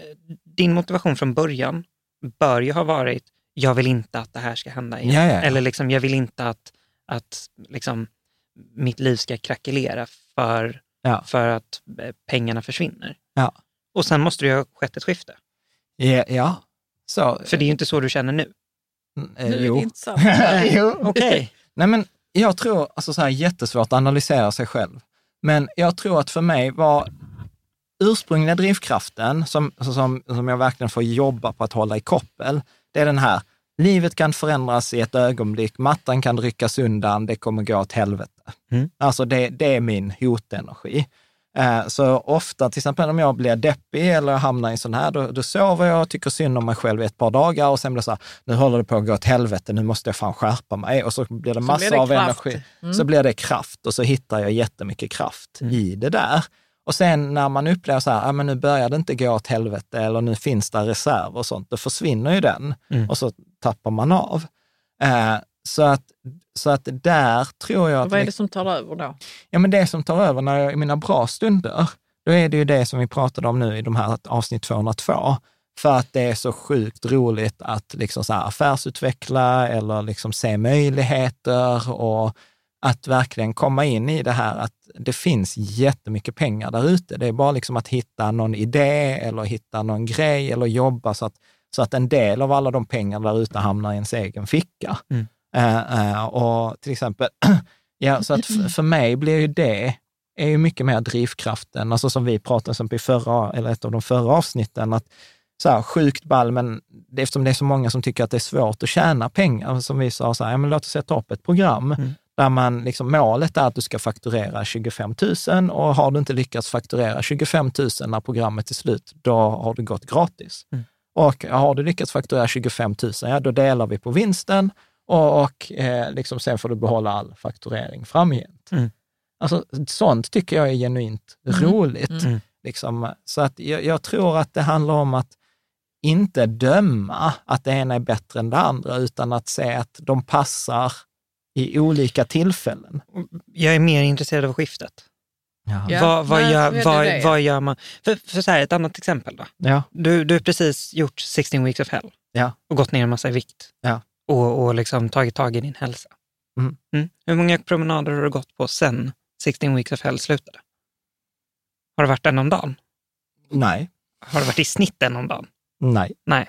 din motivation från början bör ju ha varit, jag vill inte att det här ska hända igen. Ja, ja, ja. Eller liksom, jag vill inte att, att liksom, mitt liv ska krackelera för, ja. för att pengarna försvinner. Ja. Och sen måste det ju ha skett ett skifte. Ja, ja. Så, för det är ju inte så du känner nu. Eh, nu är jo. det inte sant. jo. Okej. Okay. Nej, men jag tror, alltså så här jättesvårt att analysera sig själv. Men jag tror att för mig var ursprungliga drivkraften som, som, som jag verkligen får jobba på att hålla i koppel, det är den här, livet kan förändras i ett ögonblick, mattan kan ryckas undan, det kommer gå åt helvete. Mm. Alltså det, det är min hotenergi. Eh, så ofta, till exempel om jag blir deppig eller hamnar i en sån här, då, då sover jag och tycker synd om mig själv i ett par dagar och sen blir det så här, nu håller det på att gå åt helvete, nu måste jag fan skärpa mig. Och så blir det massor blir det av kraft. energi. Mm. Så blir det kraft och så hittar jag jättemycket kraft mm. i det där. Och sen när man upplever så här, ah, men nu börjar det inte gå åt helvete eller nu finns det reserv och sånt, då försvinner ju den mm. och så tappar man av. Eh, så att Så att där tror jag... Att vad är det som tar över då? Ja, men det som tar över när jag, i mina bra stunder, då är det ju det som vi pratade om nu i de här avsnitt tvåhundratvå. För att det är så sjukt roligt att liksom så här affärsutveckla eller liksom se möjligheter och att verkligen komma in i det här att det finns jättemycket pengar där ute. Det är bara liksom att hitta någon idé eller hitta någon grej eller jobba så att, så att en del av alla de pengar där ute hamnar i ens egen ficka. Mm. Uh, uh, och till exempel, ja, så att f- för mig blir ju det är ju mycket mer drivkraften, alltså som vi pratade om i förra, eller ett av de förra avsnitten, att så här, sjukt ball, men det, eftersom det är så många som tycker att det är svårt att tjäna pengar, som vi sa så här, ja, men låt oss sätta upp ett program mm. där man, liksom, målet är att du ska fakturera tjugofem tusen och har du inte lyckats fakturera tjugofem tusen när programmet är slut, då har du gått gratis. Mm. Och har du lyckats fakturera tjugofem tusen, ja, då delar vi på vinsten. Och, och eh, liksom sen får du behålla all fakturering framgent. Mm. Alltså, sånt tycker jag är genuint mm. roligt. Mm. Liksom. Så att jag, jag tror att det handlar om att inte döma att det ena är bättre än det andra, utan att se att de passar i olika tillfällen. Jag är mer intresserad av skiftet. Ja. Vad, vad, gör, vad, vad gör man? För, för så här, ett annat exempel då. Ja. Du, du har precis gjort sexton weeks of hell ja. och gått ner en massa i vikt. Ja. Och, och liksom tagit tag i din hälsa. Mm. Mm. Hur många promenader har du gått på sen sexton weeks of hell slutade? Har det varit en om dagen? Nej. Har det varit i snitt en om dagen? Nej. Nej.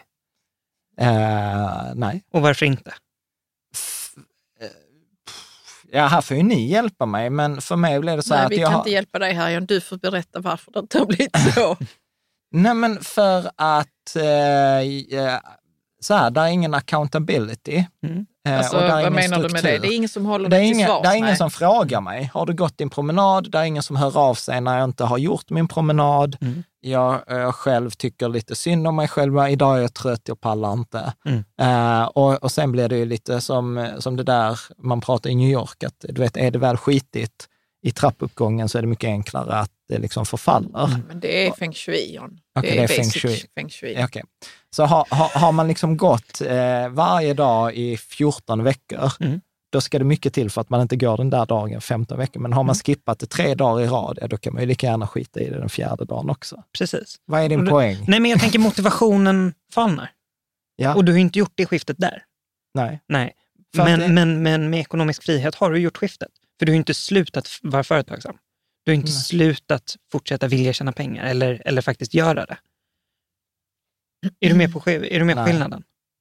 Uh, nej. Och varför inte? F- uh, ja, här får ju ni hjälpa mig, men för mig blev det så nej, här att vi jag... kan inte hjälpa dig här, Jan. Du får berätta varför det inte har blivit så. Nej, men för att... Uh, uh, så här, där är ingen accountability. Mm. Alltså, och vad menar du med det? Det är ingen som håller det mig är till ingen, svars. Det är ingen nej. som frågar mig. Har du gått din promenad? Det är ingen som hör av sig när jag inte har gjort min promenad. Mm. Jag, jag själv tycker lite synd om mig själv. Idag är jag trött, jag pallar inte. Mm. Uh, och, och sen blir det ju lite som, som det där man pratar i New York. Att, du vet, är det väl skitigt i trappuppgången så är det mycket enklare att det liksom förfaller. Mm, men det är feng shui, John. Okay, det är, det är feng shui. Feng shui. Okay. Så har, har, har man liksom gått eh, varje dag i fjorton veckor, mm. då ska det mycket till för att man inte går den där dagen femton veckor. Men har man skippat det tre dagar i rad, ja, då kan man ju lika gärna skita i det den fjärde dagen också. Precis. Vad är din du, poäng? Nej, men jag tänker motivationen falnar. Ja. Och du har inte gjort det skiftet där. Nej. Nej. Men, det... men, men med ekonomisk frihet har du gjort skiftet. För du har inte slutat vara företagsam. Du har inte Nej. slutat fortsätta vilja tjäna pengar eller, eller faktiskt göra det. Är du med på, är du med på skillnaden?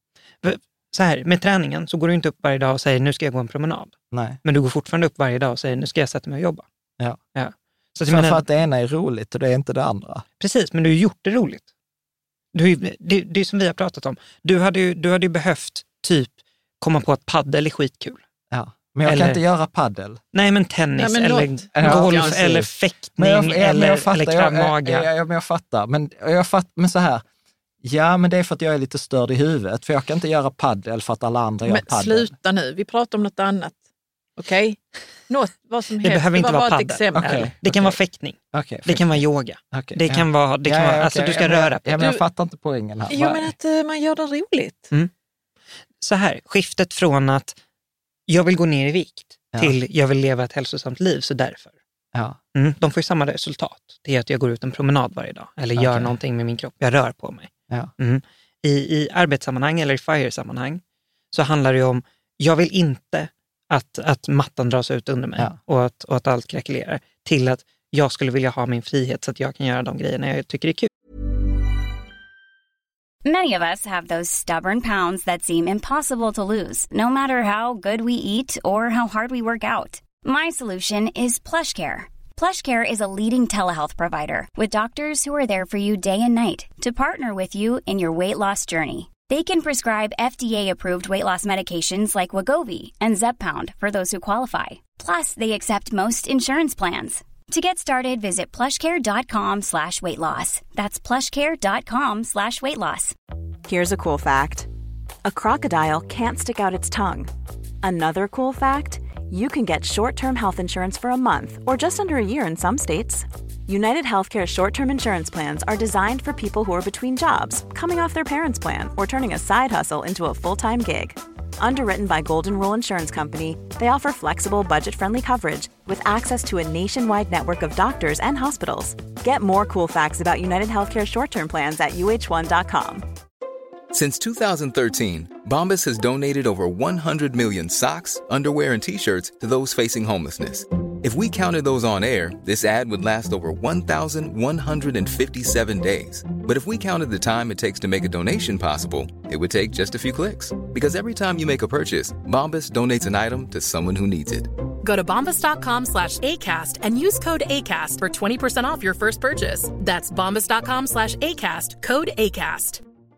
Så här, med träningen så går du inte upp varje dag och säger nu ska jag gå en promenad. Nej. Men du går fortfarande upp varje dag och säger nu ska jag sätta mig och jobba. Ja. Ja. Så för, menar, för att det ena är roligt och det är inte det andra. Precis, men du har gjort det roligt. Du, det, det är som vi har pratat om. Du hade ju, du hade ju behövt typ komma på att paddel är skitkul. Ja. Men jag eller, kan inte göra paddel. Nej, men tennis Nej, men eller något. golf eller fäktning jag, jag, eller, jag fattar, eller kravmaga. Jag, jag, jag, jag fattar, men jag fattar, men så här. Ja, men det är för att jag är lite störd i huvudet. För jag kan inte göra paddel för att alla andra men gör paddel. Men sluta nu, vi pratar om något annat. Okej? Okay? Något, vad som det helst. behöver inte det var vara bara paddel. Ett exempel. Okay. Det kan okay. vara fäktning. Okay, det kan vara yoga. Okay. Det kan ja. vara, det kan ja, vara ja, alltså okay. du ska ja, röra på ja, men jag fattar inte poängen här. Jo, men att uh, man gör det roligt. Mm. Så här, skiftet från att jag vill gå ner i vikt ja. till jag vill leva ett hälsosamt liv, så därför. Ja. Mm, de får ju samma resultat. Det är att jag går ut en promenad varje dag. Eller okay. gör någonting med min kropp. Jag rör på mig. Ja. Mm. I, I arbetssammanhang eller i FIRE-sammanhang så handlar det om, jag vill inte att, att mattan dras ut under mig ja. och, att, och att allt krackelerar. Till att jag skulle vilja ha min frihet så att jag kan göra de grejerna jag tycker är kul. Many of us have those stubborn pounds that seem impossible to lose, no matter how good we eat or how hard we work out. My solution is PlushCare. PlushCare is a leading telehealth provider with doctors who are there for you day and night to partner with you in your weight loss journey. They can prescribe F D A-approved weight loss medications like Wegovy and Zepbound for those who qualify. Plus, they accept most insurance plans. To get started, visit plushcare.com slash weight loss. That's plushcare.com slash weight loss. Here's a cool fact. A crocodile can't stick out its tongue. Another cool fact, you can get short-term health insurance for a month or just under a year in some states. United Healthcare short-term insurance plans are designed for people who are between jobs, coming off their parents' plan, or turning a side hustle into a full-time gig. Underwritten by Golden Rule Insurance Company, they offer flexible, budget-friendly coverage with access to a nationwide network of doctors and hospitals. Get more cool facts about United Healthcare short-term plans at U H one dot com. Since two thousand thirteen, Bombas has donated over one hundred million socks, underwear, and T-shirts to those facing homelessness. If we counted those on air, this ad would last over one thousand one hundred fifty-seven days. But if we counted the time it takes to make a donation possible, it would take just a few clicks. Because every time you make a purchase, Bombas donates an item to someone who needs it. Go to bombas.com slash ACAST and use code ACAST for twenty percent off your first purchase. That's bombas.com slash ACAST, code ACAST.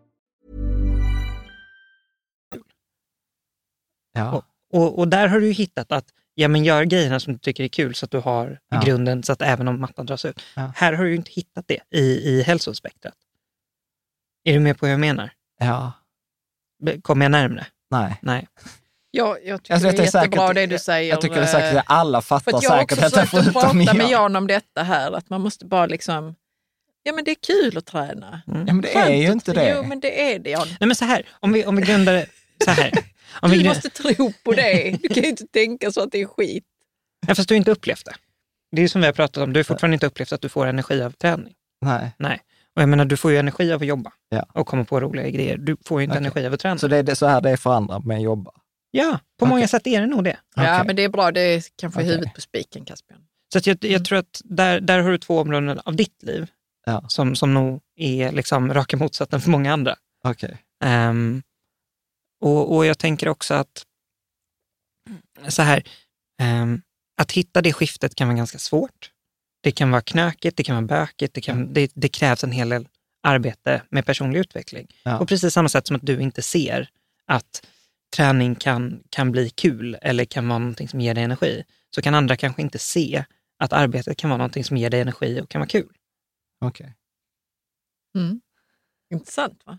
Ja. Och, och, och där har du ju hittat att ja, men gör grejerna som du tycker är kul så att du har ja. i grunden så att även om mattan dras ut. Ja. Här har du ju inte hittat det i, i hälsospektrat. Är du med på hur jag menar? Ja. Kommer jag närmare? Nej. Nej. Ja, jag tycker alltså, det är jättebra säkert, det du säger. Jag tycker det är säkert att alla fattar för säkert detta. Jag har också förutom prata med Jan om detta här, att man måste bara liksom, ja men det är kul att träna. Mm. Ja men det Skönt är ju inte det. Jo men det är det, Jan. Nej men så här, om vi, om vi grundar det så här. Om du vi... måste tro på det. Du kan ju inte tänka så att det är skit. Jag fast du har inte upplevt det. Det är ju som vi har pratat om. Du har fortfarande inte upplevt att du får energi av träning. Nej. Nej. Och jag menar, du får ju energi av att jobba. Ja. Och komma på roliga grejer. Du får ju inte okay. energi av att träna. Så det är det, så här det är för andra med att jobba? Ja, på okay. många sätt är det nog det. Ja, okay. men det är bra. Det är kanske okay. huvudet på spiken, Caspian. Så att jag, jag tror att där, där har du två områden av ditt liv. Ja. Som, som nog är liksom raka motsatsen för många andra. Okej. Okay. Um, och, och jag tänker också att så här, um, att hitta det skiftet kan vara ganska svårt. Det kan vara knökigt, det kan vara bökigt, det, kan, det, det krävs en hel del arbete med personlig utveckling. Ja. Och precis samma sätt som att du inte ser att träning kan, kan bli kul eller kan vara någonting som ger dig energi, så kan andra kanske inte se att arbetet kan vara någonting som ger dig energi och kan vara kul. Okej. Okay. Mm. Intressant, va?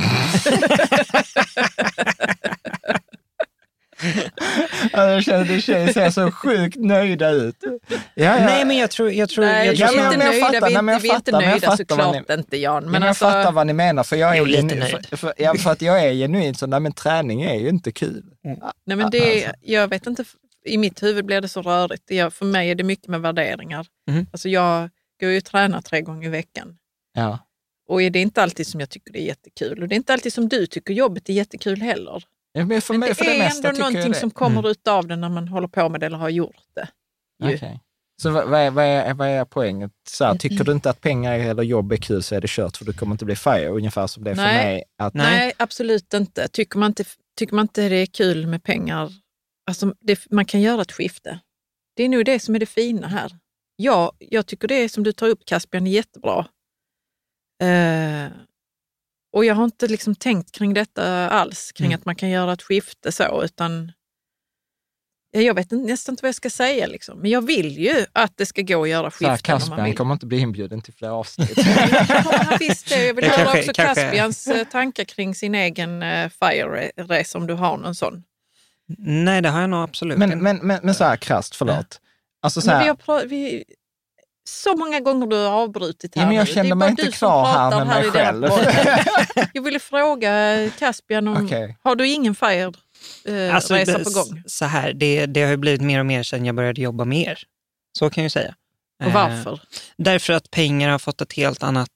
Jag känner att tjejer ser så sjukt nöjda ut. Ja, ja. Nej, men jag tror... Jag tror, nej, jag tror vi är inte nöjda, fattar, vi, nej, vi är inte nöjda såklart ni, inte, Jan. Men, men alltså, jag fattar vad ni menar, för jag är, jag är genu, lite nöjd. för, för, ja, för att jag är genuint så, nej men träning är ju inte kul. Mm. Nej, men det, alltså. Jag vet inte, i mitt huvud blir det så rörigt. Jag, för mig är det mycket med värderingar. Mm. Alltså jag går ju och tränar tre gånger i veckan. Ja. Och är det inte alltid som jag tycker det är jättekul. Och det är inte alltid som du tycker jobbet är jättekul heller. Ja, men för mig, men det för det är mesta ändå någonting som kommer mm. ut av det när man håller på med det eller har gjort det. Okay. Så vad, vad, är, vad, är, vad är poängen? Så här, tycker du inte att pengar eller jobb är kul så är det kört, för du kommer inte bli fire, ungefär som det är för nej. mig. Att... Nej, absolut inte. Tycker man inte, tycker man inte det är kul med pengar, alltså det, man kan göra ett skifte. Det är nog det som är det fina här. Ja, jag tycker det som du tar upp, Caspian, är jättebra. Uh, och jag har inte liksom tänkt kring detta alls, kring mm. att man kan göra ett skifte så, utan jag vet nästan inte vad jag ska säga liksom. Men jag vill ju att det ska gå att göra skiften. Caspian kommer inte bli inbjuden till fler avsnitt. Ja, visst det. Jag vill höra också Caspians tankar kring sin egen uh, fire-resa, om du har någon sån. Nej, det har jag nog absolut men, men, men, men så här krasst, förlåt. Alltså så här, vi har pra- vi, så många gånger du har avbrutit här. Ja, men jag kände mig inte klar här med mig själv. Jag ville fråga Caspian om, okay. Har du ingen fire eh, alltså, resa det, på gång? Så här, det, det har ju blivit mer och mer sedan jag började jobba med er. Så kan jag säga. Och varför? Eh, därför att pengar har fått ett helt annat,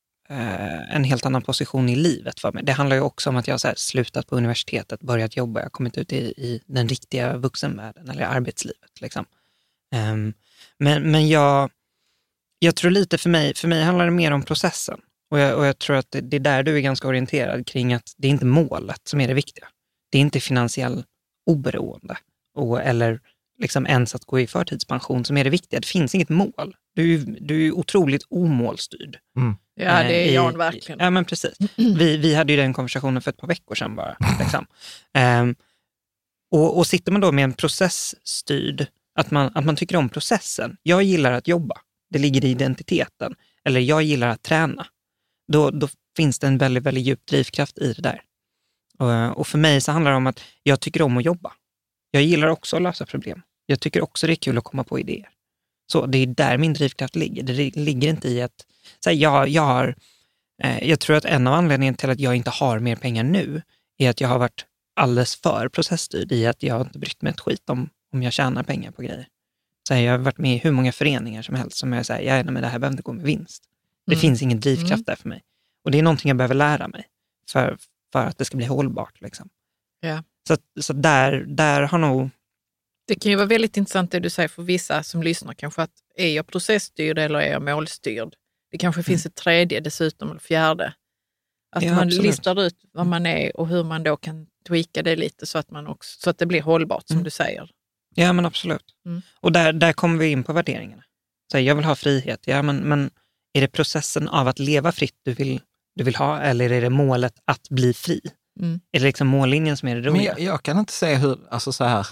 eh, en helt annan position i livet för mig. Det handlar ju också om att jag har så här, slutat på universitetet, börjat jobba, jag har kommit ut i, i den riktiga vuxenvärlden eller arbetslivet. Liksom. Eh, men, men jag... Jag tror lite för mig, för mig handlar det mer om processen. Och jag, och jag tror att det, det är där du är ganska orienterad kring att det är inte målet som är det viktiga. Det är inte finansiell oberoende och, eller liksom ens att gå i förtidspension som är det viktiga. Det finns inget mål. Du, du är otroligt omålstyrd. Mm. Ja, det är Jan verkligen. Ja, men precis. Vi, vi hade ju den konversationen för ett par veckor sedan bara. Liksom. um, och, och sitter man då med en processstyrd, att man, att man tycker om processen. Jag gillar att jobba. Det ligger i identiteten. Eller jag gillar att träna. Då, då finns det en väldigt, väldigt djup drivkraft i det där. Och, och för mig så handlar det om att jag tycker om att jobba. Jag gillar också att lösa problem. Jag tycker också det är kul att komma på idéer. Så det är där min drivkraft ligger. Det ligger inte i att... Så här, jag, jag, har, eh, jag tror att en av anledningarna till att jag inte har mer pengar nu är att jag har varit alldeles för processstyrd i att jag har inte brytt mig ett skit om, om jag tjänar pengar på grejer. Så här, jag har varit med i hur många föreningar som helst som jag säger, ja, men det här behöver inte gå med vinst. Det mm. finns ingen drivkraft mm. där för mig. Och det är någonting jag behöver lära mig för, för att det ska bli hållbart. Liksom. Ja. Så, så där, där har nog... Det kan ju vara väldigt intressant det du säger för vissa som lyssnar kanske, att är jag processstyrd eller är jag målstyrd? Det kanske finns ett tredje dessutom, eller fjärde. Att ja, man absolut. listar ut vad man är och hur man då kan tweaka det lite så att, man också, så att det blir hållbart som mm. du säger. Ja, men absolut. Mm. Och där, där kommer vi in på värderingarna. Så här, jag vill ha frihet, ja, men, men är det processen av att leva fritt du vill, du vill ha, eller är det målet att bli fri? Mm. Är det liksom mållinjen som är det roliga? Men jag, jag kan inte se hur, alltså så här...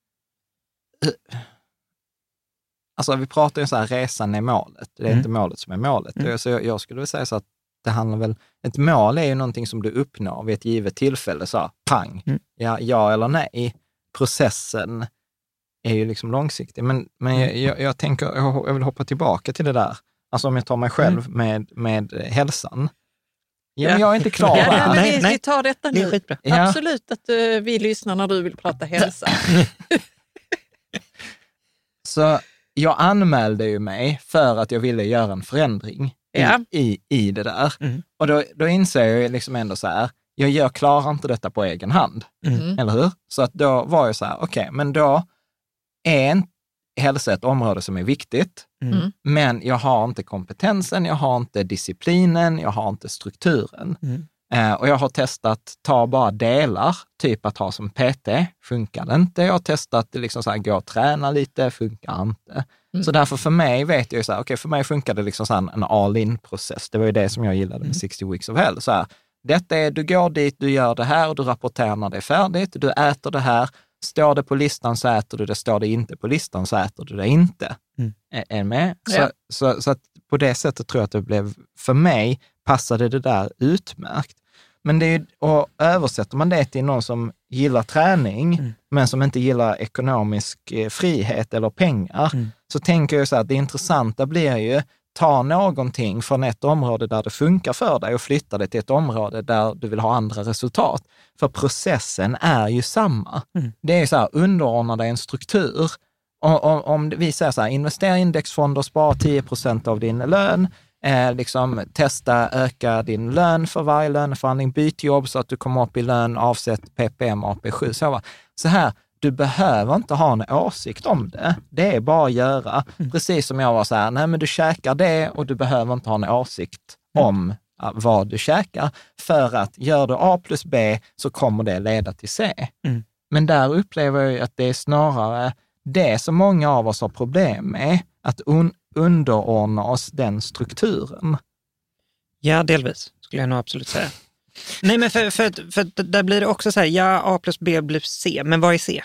Alltså vi pratar ju så här, resan är målet. Det är mm. inte målet som är målet. Mm. Så jag, jag skulle väl säga så att det handlar väl... Ett mål är ju någonting som du uppnår vid ett givet tillfälle. Så här, pang, mm. ja, ja eller nej. Processen är ju liksom långsiktig. Men, men jag, jag, jag tänker, jag, jag vill hoppa tillbaka till det där. Alltså om jag tar mig själv mm. med, med hälsan. Ja, men jag är inte klar ja, här. Nej, nej, vi, nej. vi tar detta nu. Det är skitbra. Ja. Absolut att uh, vi lyssnar när du vill prata hälsa. Så jag anmälde ju mig för att jag ville göra en förändring ja. i, i, i det där. Mm. Och då, då inser jag liksom ändå så här, jag gör, klarar inte detta på egen hand. Mm. Eller hur? Så att då var jag så här, okej, okay, men då är en hälsa ett område som är viktigt, mm. men jag har inte kompetensen, jag har inte disciplinen, jag har inte strukturen. Mm. Eh, och jag har testat ta bara delar, typ att ha som P T, funkar det inte. Jag har testat liksom så här, gå och träna lite, funkar inte. Mm. Så därför för mig vet jag ju så här, okej, okay, för mig funkar det liksom så här en all-in-process. Det var ju det som jag gillade med mm. sextio weeks of hell. Så här, detta är, du går dit, du gör det här och du rapporterar när det är färdigt. Du äter det här. Står det på listan så äter du det. Står det inte på listan så äter du det inte. Mm. Är, är med? Ja. Så, så, så att på det sättet tror jag att det blev, för mig passade det där utmärkt. Men det är, och översätter man det till någon som gillar träning, mm. men som inte gillar ekonomisk frihet eller pengar, mm. så tänker jag så att det intressanta blir ju, ta någonting från ett område där det funkar för dig och flytta det till ett område där du vill ha andra resultat. För processen är ju samma. Mm. Det är så här, underordna dig en struktur. Och, om, om vi säger så här, investera i indexfonder, spara tio procent av din lön, Eh, liksom, testa öka din lön för varje löneförhandling, byt jobb så att du kommer upp i lön, avsätt P P M, A P sju. Så, så här, du behöver inte ha en åsikt om det. Det är bara att göra. Mm. Precis som jag var så här, nej men du käkar det och du behöver inte ha en åsikt mm. om vad du käkar. För att gör du A plus B så kommer det leda till C. Mm. Men där upplever jag att det är snarare det som många av oss har problem med, att un- underordna oss den strukturen. Ja, delvis skulle jag nog absolut säga. Nej, men för, för, för där blir det också så här, ja, A plus B blir C, men vad är C?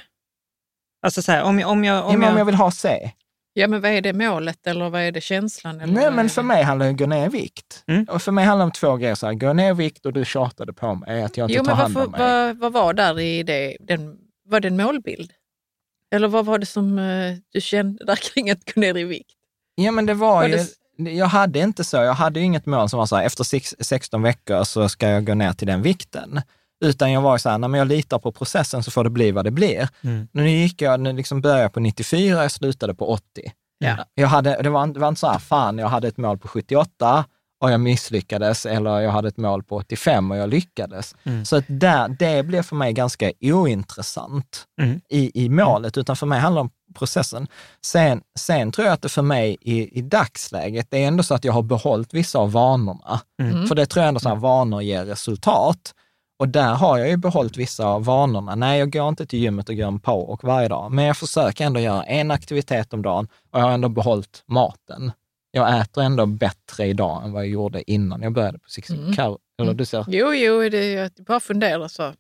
Alltså så här, om jag... Om jag, om ja, jag... om jag vill ha C. Ja, men vad är det målet eller vad är det känslan? Eller Nej, men för det? mig handlar det om att gå ner i vikt. Mm. Och för mig handlar det om två grejer. Så här, gå ner i vikt och du tjatade på mig att jag inte jo, tar men hand varför, om mig. Vad, vad var där i det? Den, var det en målbild? Eller vad var det som uh, du kände där kring att gå ner i vikt? Ja, men det var, var ju... Det... Jag hade inte så. Jag hade ju inget mål som var så här, efter sexton veckor så ska jag gå ner till den vikten. Utan jag var så här, när jag litar på processen så får det bli vad det blir. Mm. Nu gick jag, nu liksom började jag på nittiofyra, jag slutade på åttio. Ja. Jag hade, det, var, det var inte så här, fan, jag hade ett mål på sjuttioåtta och jag misslyckades, eller jag hade ett mål på åttiofem och jag lyckades. Mm. Så att där, det blev för mig ganska ointressant mm. i, i målet, utan för mig handlar det om processen. Sen, sen tror jag att det för mig i, i dagsläget, det är ändå så att jag har behållit vissa av vanorna. Mm. För det tror jag ändå så här, vanor ger resultat. Och där har jag ju behållit vissa av vanorna. Nej, jag går inte till gymmet och gör en powerwalk varje dag. Men jag försöker ändå göra en aktivitet om dagen och jag har ändå behållit maten. Jag äter ändå bättre idag än vad jag gjorde innan jag började på sextio mm. Kar- eller du ser. Jo, jo, det, jag bara funderar så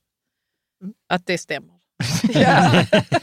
att det stämmer. Ja.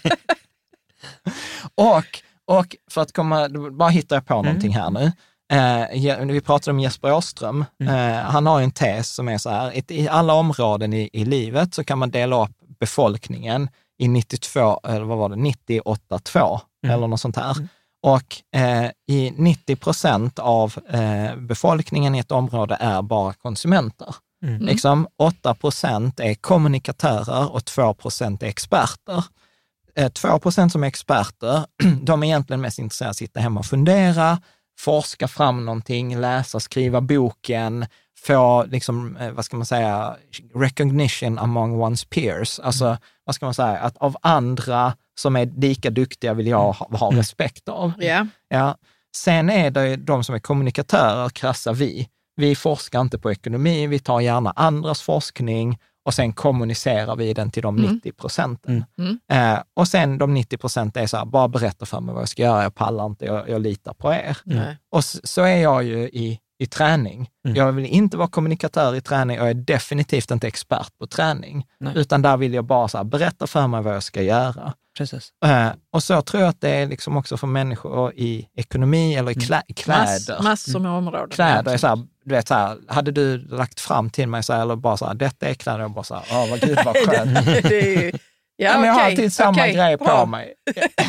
och, och för att komma, bara hittar jag på mm. någonting här nu. Eh, vi pratade om Jesper Åström. Mm. Eh, han har en tes som är så här, i alla områden i, i livet så kan man dela upp befolkningen i nittiotvå, eller vad var det, nittio åtta två mm. eller något sånt här. Mm. Och eh, i nittio procent av eh, befolkningen i ett område är bara konsumenter. Mm. Liksom, åtta procent är kommunikatörer och två procent är experter. Eh, två procent som är experter, de är egentligen mest intresserade av att sitta hemma och fundera, forska fram någonting, läsa, skriva boken, få, liksom, vad ska man säga, recognition among one's peers. Alltså, mm. vad ska man säga, att av andra som är lika duktiga vill jag ha, ha respekt av. Yeah. Ja. Sen är det de som är kommunikatörer, krassa vi. Vi forskar inte på ekonomi, vi tar gärna andras forskning och sen kommunicerar vi den till de mm. nittio procenten. Mm. Eh, och sen de nittio procent är så här, bara berätta för mig vad jag ska göra, jag pallar inte, jag, jag litar på er. Mm. Och så, så är jag ju i, i träning. Mm. Jag vill inte vara kommunikatör i träning och jag är definitivt inte expert på träning. Nej. Utan där vill jag bara så här, berätta för mig vad jag ska göra. Precis. Eh, och så tror jag att det är liksom också för människor i ekonomi eller i klä, kläder. Mass, massor med områden. Kläder är så här, du vet så här, hade du lagt fram till mig så här, eller bara så här, detta är kläder, och bara så här, åh vad gud vad skönt. det är ju, ja, men jag okay, har alltid samma okay, grej bra. på mig.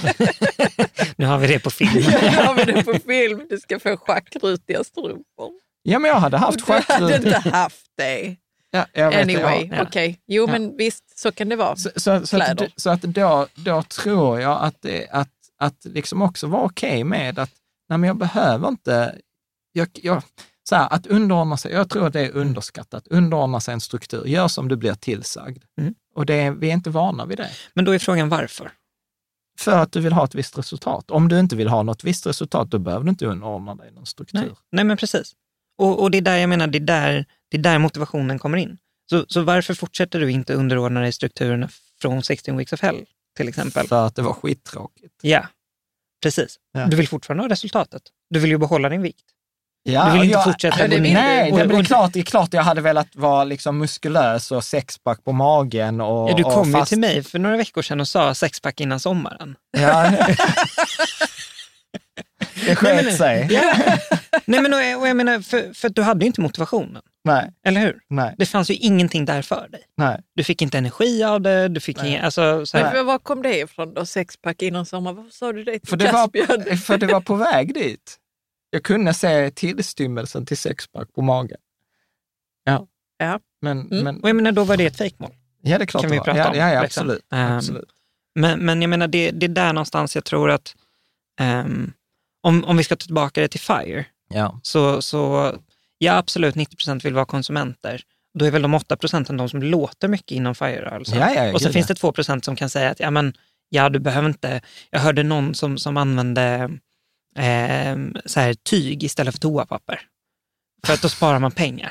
Nu har vi det på film. Ja, nu har vi det på film. Du ska få schackrutiga strumpor. Ja, men jag hade haft schackrutiga. Du hade inte haft det. Ja, jag vet anyway, ja. okej. Okay. Jo, ja. men visst, så kan det vara. Så, så, så att, så att då, då tror jag att, det, att, att liksom också vara okej okay med att nej, men jag behöver inte... Jag, jag, så här, att underordna sig, jag tror att det är underskattat. Underordna sig en struktur. Gör som du blir tillsagd. Mm. Och det, vi är inte vana vid det. Men då är frågan varför? För att du vill ha ett visst resultat. Om du inte vill ha något visst resultat, då behöver du inte underordna dig någon struktur. Nej, nej men precis. Och, och det är där jag menar, det är där, det är där motivationen kommer in. Så, så varför fortsätter du inte underordna dig strukturerna från sexton Weeks of Hell till exempel? För att det var skittråkigt. Ja, precis. Ja. Du vill fortfarande ha resultatet. Du vill ju behålla din vikt. Ja, du vill inte jag, fortsätta. Ja, det vill nej, du. det, det, är klart, det är klart jag hade velat vara liksom muskulös och sexpack på magen. Och, ja, du kom och fast... ju till mig för några veckor sedan och sa sexpack innan sommaren. Ja. Det sköt sig. Ja. Nej, men och, och jag menar, för, för du hade ju inte motivationen. Nej. Eller hur? Nej. Det fanns ju ingenting där för dig. Nej. Du fick inte energi av det, du fick ingen, alltså, så här. Men var kom det ifrån då? Sexpack innan sommar? Varför sa du det till För det, Caspian? var, för det var på väg dit. Jag kunde se tillstymmelsen till sexpack på magen. Ja. Ja. Men, Mm. men, Och jag menar, då var det ett fejkmål. ja, det är klart Kan det vi var. prata Ja, om, ja, ja liksom. absolut. Um, absolut. Men, men jag menar, det, det är där någonstans jag tror att um, om, om vi ska ta tillbaka det till FIRE, Ja. så, så ja, absolut nittio procent vill vara konsumenter. Då är väl de åtta procenten de som låter mycket inom FIRE-rörelsen. Ja, ja, och så gud, finns ja. det två procent som kan säga att ja, men, ja, du behöver inte... Jag hörde någon som, som använde eh, så här, tyg istället för toapapper. För att då sparar man pengar.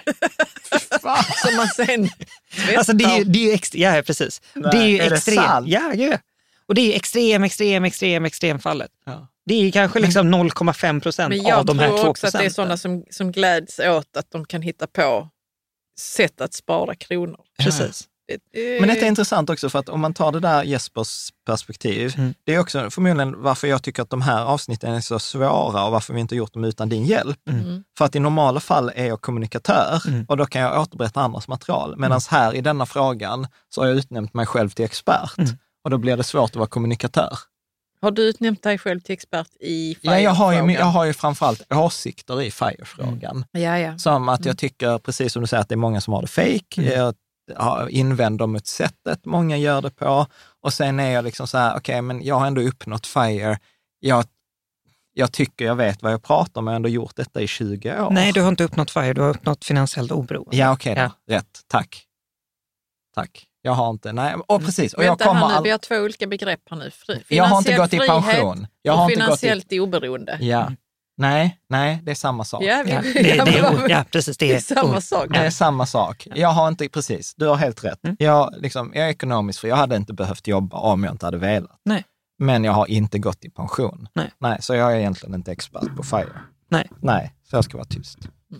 Som man sen Alltså det är ju, det är ju extre- ja, precis. Nej, det är ju är det extrem. sant? Ja, ja. Och det är ju extrem, extrem, extrem, extrem fallet. Ja. Det är ju kanske liksom noll komma fem procent Men av jag de här tror två också att det är procenten. sådana som, som gläds åt att de kan hitta på sätt att spara kronor. Precis. Det, Men detta är intressant också, för att om man tar det där Jespers perspektiv, Mm. det är också förmodligen varför jag tycker att de här avsnitten är så svåra och varför vi inte gjort dem utan din hjälp. Mm. För att i normala fall är jag kommunikatör Mm. och då kan jag återberätta andras material. Medan här i denna frågan så har jag utnämnt mig själv till expert Mm. och då blir det svårt att vara kommunikatör. Har du utnämnt dig själv till expert i FIRE? Ja, jag har ju, jag har ju framförallt åsikter i FIRE-frågan. Ja, ja. Som att jag tycker, precis som du säger, att det är många som har det fake. Mm. Jag har invänder mot sättet många gör det på. Och sen är jag liksom så här, okej, okay, men jag har ändå uppnått FIRE. Jag, jag tycker jag vet vad jag pratar om, jag har ändå gjort detta i tjugo år. Nej, du har inte uppnått FIRE, du har uppnått finansiellt oberoende. Ja, okej okay då. Ja. Rätt. Tack. Tack. Jag har inte, nej, och precis. Och jag Vänta kommer här nu, all... vi har två olika begrepp här nu. Fri, Jag har inte gått i frihet pension. Jag och har inte gått i... finansiellt oberoende. Ja. Nej, nej, det är samma sak. Ja, vi, Ja, det, det är, ja, precis. Det det är, är samma oh, sak. Det är samma sak. Jag har inte, precis, du har helt rätt. Mm. Jag, liksom, jag är ekonomiskt fri, jag hade inte behövt jobba om jag inte hade velat. Nej. Men jag har inte gått i pension. Nej. Nej, så jag är egentligen inte expert på FIRE. Nej. Nej, så jag ska vara tyst.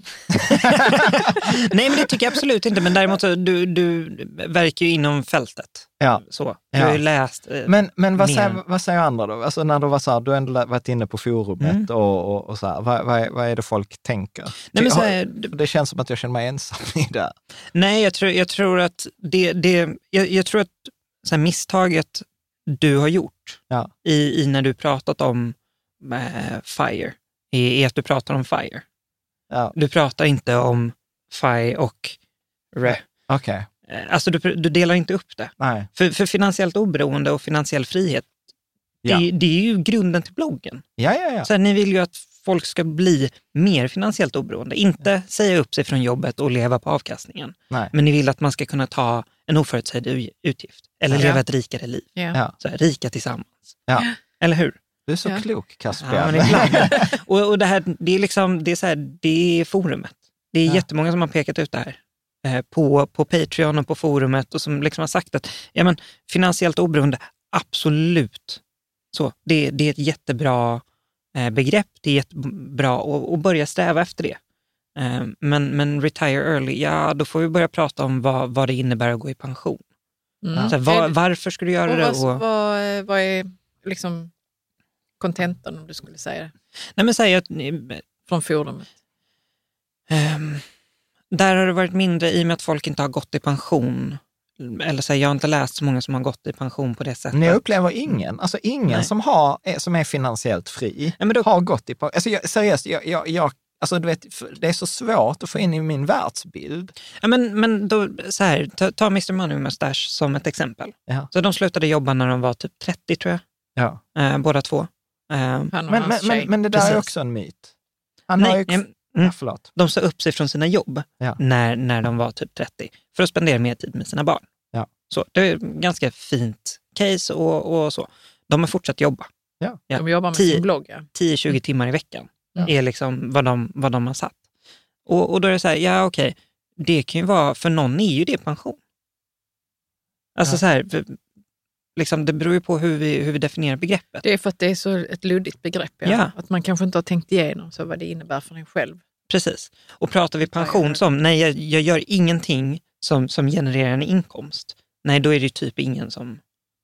Nej, men det tycker jag absolut inte. Men däremot så, du, du verkar ju inom fältet. Ja. Så. Du Ja. har ju läst eh, Men, men vad, mer. säger, vad säger andra då? Alltså när du var så här, du har ändå varit inne på forumet Mm. och, och, och så här, vad, vad, är, vad är det folk tänker? Nej, men så Har- här, det känns som att jag känner mig ensam i det. Nej, jag tror, jag tror att det, det jag, jag tror att så här, misstaget du har gjort Ja. i, i när du pratat om eh, FIRE är, är att du pratar om FIRE. Ja, Du pratar inte om FIRE och RE. okej. Eh, Alltså du, du delar inte upp det. Nej. För, för finansiellt oberoende och finansiell frihet, Ja. det, det är ju grunden till bloggen. Ja, ja, ja. Så här, ni vill ju att folk ska bli mer finansiellt oberoende. Inte säga upp sig från jobbet och leva på avkastningen. Nej. Men ni vill att man ska kunna ta en oförutsedd u- utgift. Eller Ja. leva ett rikare liv. Ja. Ja. Så här, rika tillsammans. Ja. Eller hur? Du är så Ja. klok, Caspian. Ja, men ibland. och, och det här, det är liksom, det är så här, det är forumet. Det är Ja. jättemånga som har pekat ut det här. Eh, på, på Patreon och på forumet och som liksom har sagt att ja, men, finansiellt oberoende, absolut. Så, det, det är ett jättebra eh, begrepp. Det är jättebra att, att börja sträva efter det. Eh, men, men retire early, ja då får vi börja prata om vad, vad det innebär att gå i pension. Mm. Så här, var, varför ska du göra Och det? vad, Och, vad, vad är liksom kontentan, om du skulle säga det, nej, men säg att från forumet? Ehm, där har det varit mindre i och med att folk inte har gått i pension. Eller så här, jag har inte läst så många som har gått i pension på det sättet. Ni upplever ingen, alltså ingen Nej. som, har, är, som är finansiellt fri Ja, men då- har gått i pension. Alltså jag, seriöst, jag, jag, jag, alltså du vet, det är så svårt att få in i min världsbild. Ja, men, men då, så här, ta, ta mister Money Mustache som ett exempel. Ja. Så de slutade jobba när de var typ trettio tror jag, Ja. eh, båda två. Ehm, Han och Men, hans men, tjej. men, men det där är Precis. också en myt. Han har nej, ju... nej, mm, Ja, förlåt. de sa upp sig från sina jobb Ja. när, när de var typ trettio för att spendera mer tid med sina barn. Ja. Så det är ett ganska fint case och, och så. De har fortsatt jobba. Ja. Ja. De jobbar med Tio- sin blogg. Ja. tio tjugo timmar i veckan Ja. är liksom vad de, vad de har satt. Och, och då är det så här, ja okej, det kan ju vara, för någon är ju det pension. Alltså Ja. så här, för, liksom, det beror ju på hur vi, hur vi definierar begreppet. Det är för att det är så ett luddigt begrepp. Ja. Ja. Att man kanske inte har tänkt igenom så vad det innebär för en själv. Precis. Och pratar vi pension som, nej jag, jag gör ingenting som, som genererar en inkomst. Nej, då är det ju typ ingen som,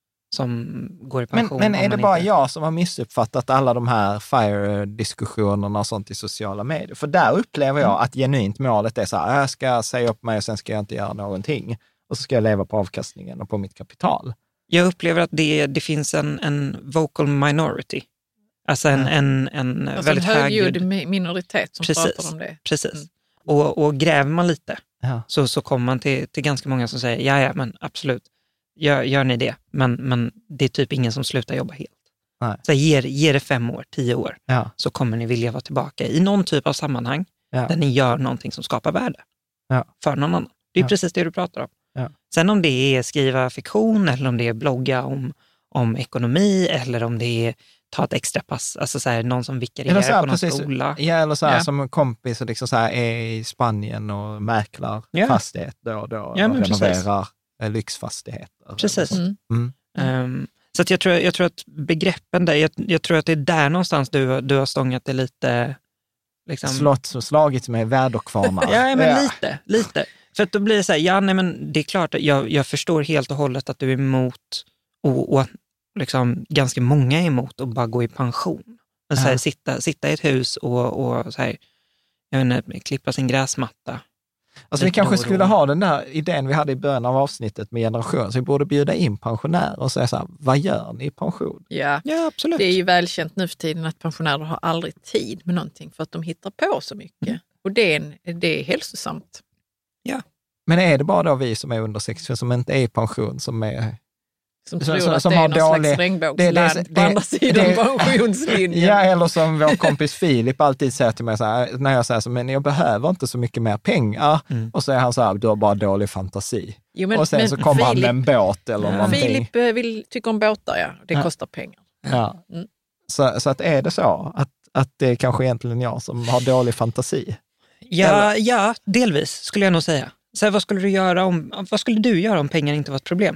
som går i pension. Men, men är det bara inte... jag som har missuppfattat alla de här FIRE-diskussionerna och sånt i sociala medier? För där upplever jag att genuint målet är så här, jag ska säga upp mig och sen ska jag inte göra någonting. Och så ska jag leva på avkastningen och på mitt kapital. Jag upplever att det, det finns en, en vocal minority. Alltså en, en, en alltså väldigt en högljudd högljudd minoritet som precis, pratar om det. Precis. Mm. Och, och gräver man lite ja. så, så kommer man till, till ganska många som säger, ja, ja men absolut, gör, gör ni det. Men, men det är typ ingen som slutar jobba helt. Nej. Så ge, ge det fem år, tio år, ja. så kommer ni vilja vara tillbaka i någon typ av sammanhang ja. där ni gör någonting som skapar värde ja. för någon annan. Det är ja. precis det du pratar om. Ja. Sen om det är skriva fiktion eller om det är blogga om, om ekonomi eller om det är ta ett extra pass, alltså så här, någon som vikarierar här, på någon precis, skola. Ja, eller så här, ja. som en kompis och liksom så här, är i Spanien och mäklar ja. fastighet då och då ja, och renoverar precis. lyxfastigheter. Precis. Mm. Mm. Um, så att jag, tror, jag tror att begreppen där, jag, jag tror att det är där någonstans du, du har stångat det lite... Liksom... Slått, slagit med väderkvarnar. ja, men ja. lite, lite. För att då blir det så här, ja, nej, men det är klart, jag, jag förstår helt och hållet att du är emot och, och liksom ganska många är emot att bara gå i pension. Så här, ja. sitta, sitta i ett hus och, och så här, jag vet inte, klippa sin gräsmatta. Alltså vi kanske skulle ha den där idén vi hade i början av avsnittet med generation, så vi borde bjuda in pensionärer och säga så här, vad gör ni i pension? Ja, ja, absolut. Det är ju välkänt nu för tiden att pensionärer har aldrig tid med någonting för att de hittar på så mycket. Mm. Och det är, en, det är hälsosamt. Ja. Men är det bara då vi som är under sextiofem som inte är i pension som är... Som tror som, att som det är någon dålig, slags regnbågsland det, det, det, på andra sidan det, pensionslinjen. Ja, eller som vår kompis Filip alltid säger till mig så här, när jag säger så, men jag behöver inte så mycket mer pengar. Mm. Och så är han så här, du har bara dålig fantasi. Jo, men, och sen men, så kommer Filip, han med en båt eller ja. någonting. Filip vill, tycker om båtar, ja. Det ja. kostar pengar. Ja. Mm. Så, så att är det så att, att det är kanske egentligen jag som har dålig fantasi? Ja, ja, delvis skulle jag nog säga. Så här, vad skulle du göra om, vad skulle du göra om pengar inte var ett problem?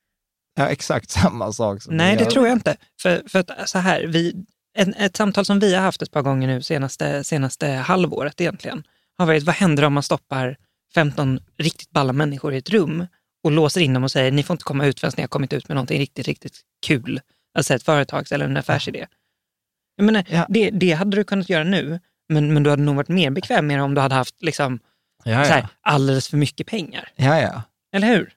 Ja, exakt samma sak. Som Nej, det tror jag inte. För, för att så här, vi, en, ett samtal som vi har haft ett par gånger nu senaste, senaste halvåret egentligen har varit, vad händer om man stoppar femton riktigt balla människor i ett rum och låser in dem och säger, ni får inte komma ut förrän ni har kommit ut med någonting riktigt, riktigt kul. Alltså ett företags eller en affärsidé. Jag menar, ja. det, det hade du kunnat göra nu, men, men du hade nog varit mer bekväm med om du hade haft liksom, ja, ja. Så här, alldeles för mycket pengar. Ja, ja. Eller hur?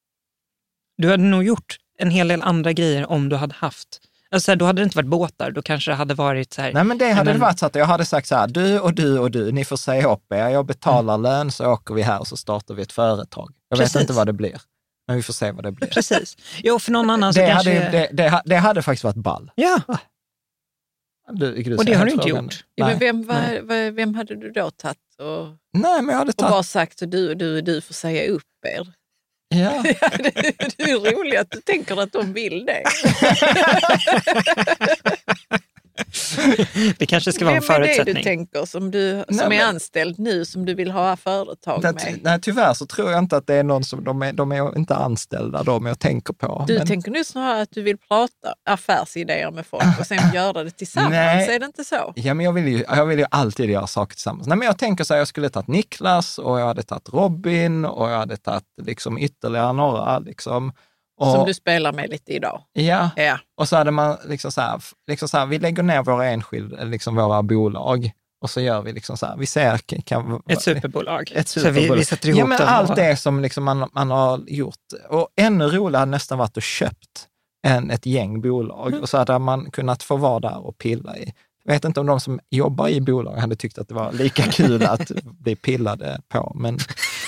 Du hade nog gjort en hel del andra grejer om du hade haft... Alltså då hade det inte varit båtar, då kanske det hade varit så här... Nej, men det hade men... det varit så att jag hade sagt så här, du och du och du, ni får säga upp er, jag betalar mm. lön så åker vi här och så startar vi ett företag. Jag Precis. vet inte vad det blir, men vi får se vad det blir. Precis. Jo, för någon annan så det kanske... Hade, det, det, det hade faktiskt varit ball. Ja. Du, du och det har du inte gjort. Ja, men vem, var, vem hade du då tagit och, Nej, men jag hade tagit... och bara sagt att du och du, du får säga upp er? Ja. Ja, det, det är roligt att du tänker att de vill det. Det kanske ska vara en förutsättning. Vem är det du tänker som, du, som nej, är men, anställd nu som du vill ha företag det, med? Nej, tyvärr så tror jag inte att det är någon som, de är, de är inte anställda de jag tänker på. Du men... tänker nu snarare att du vill prata affärsidéer med folk och sen göra det tillsammans, nej. Är det inte så? Ja, men jag vill ju, jag vill ju alltid göra saker tillsammans. Nej, men jag tänker så här, jag skulle tagit Niklas och jag hade tagit Robin och jag hade tagit liksom ytterligare några liksom. Och, som du spelar med lite idag. Ja, ja. Och så hade man liksom så här, liksom så här, vi lägger ner våra enskilda, liksom våra bolag och så gör vi liksom så här, vi ser... Kan, ett superbolag. Ett superbolag. Så vi, vi sätter ihop ja, men dem. Allt det som liksom man, man har gjort. Och ännu roligare hade nästan varit att köpt en, ett gäng bolag mm. och så hade man kunnat få vara där och pilla i. Jag vet inte om de som jobbar i bolag hade tyckt att det var lika kul att bli pillade på, men...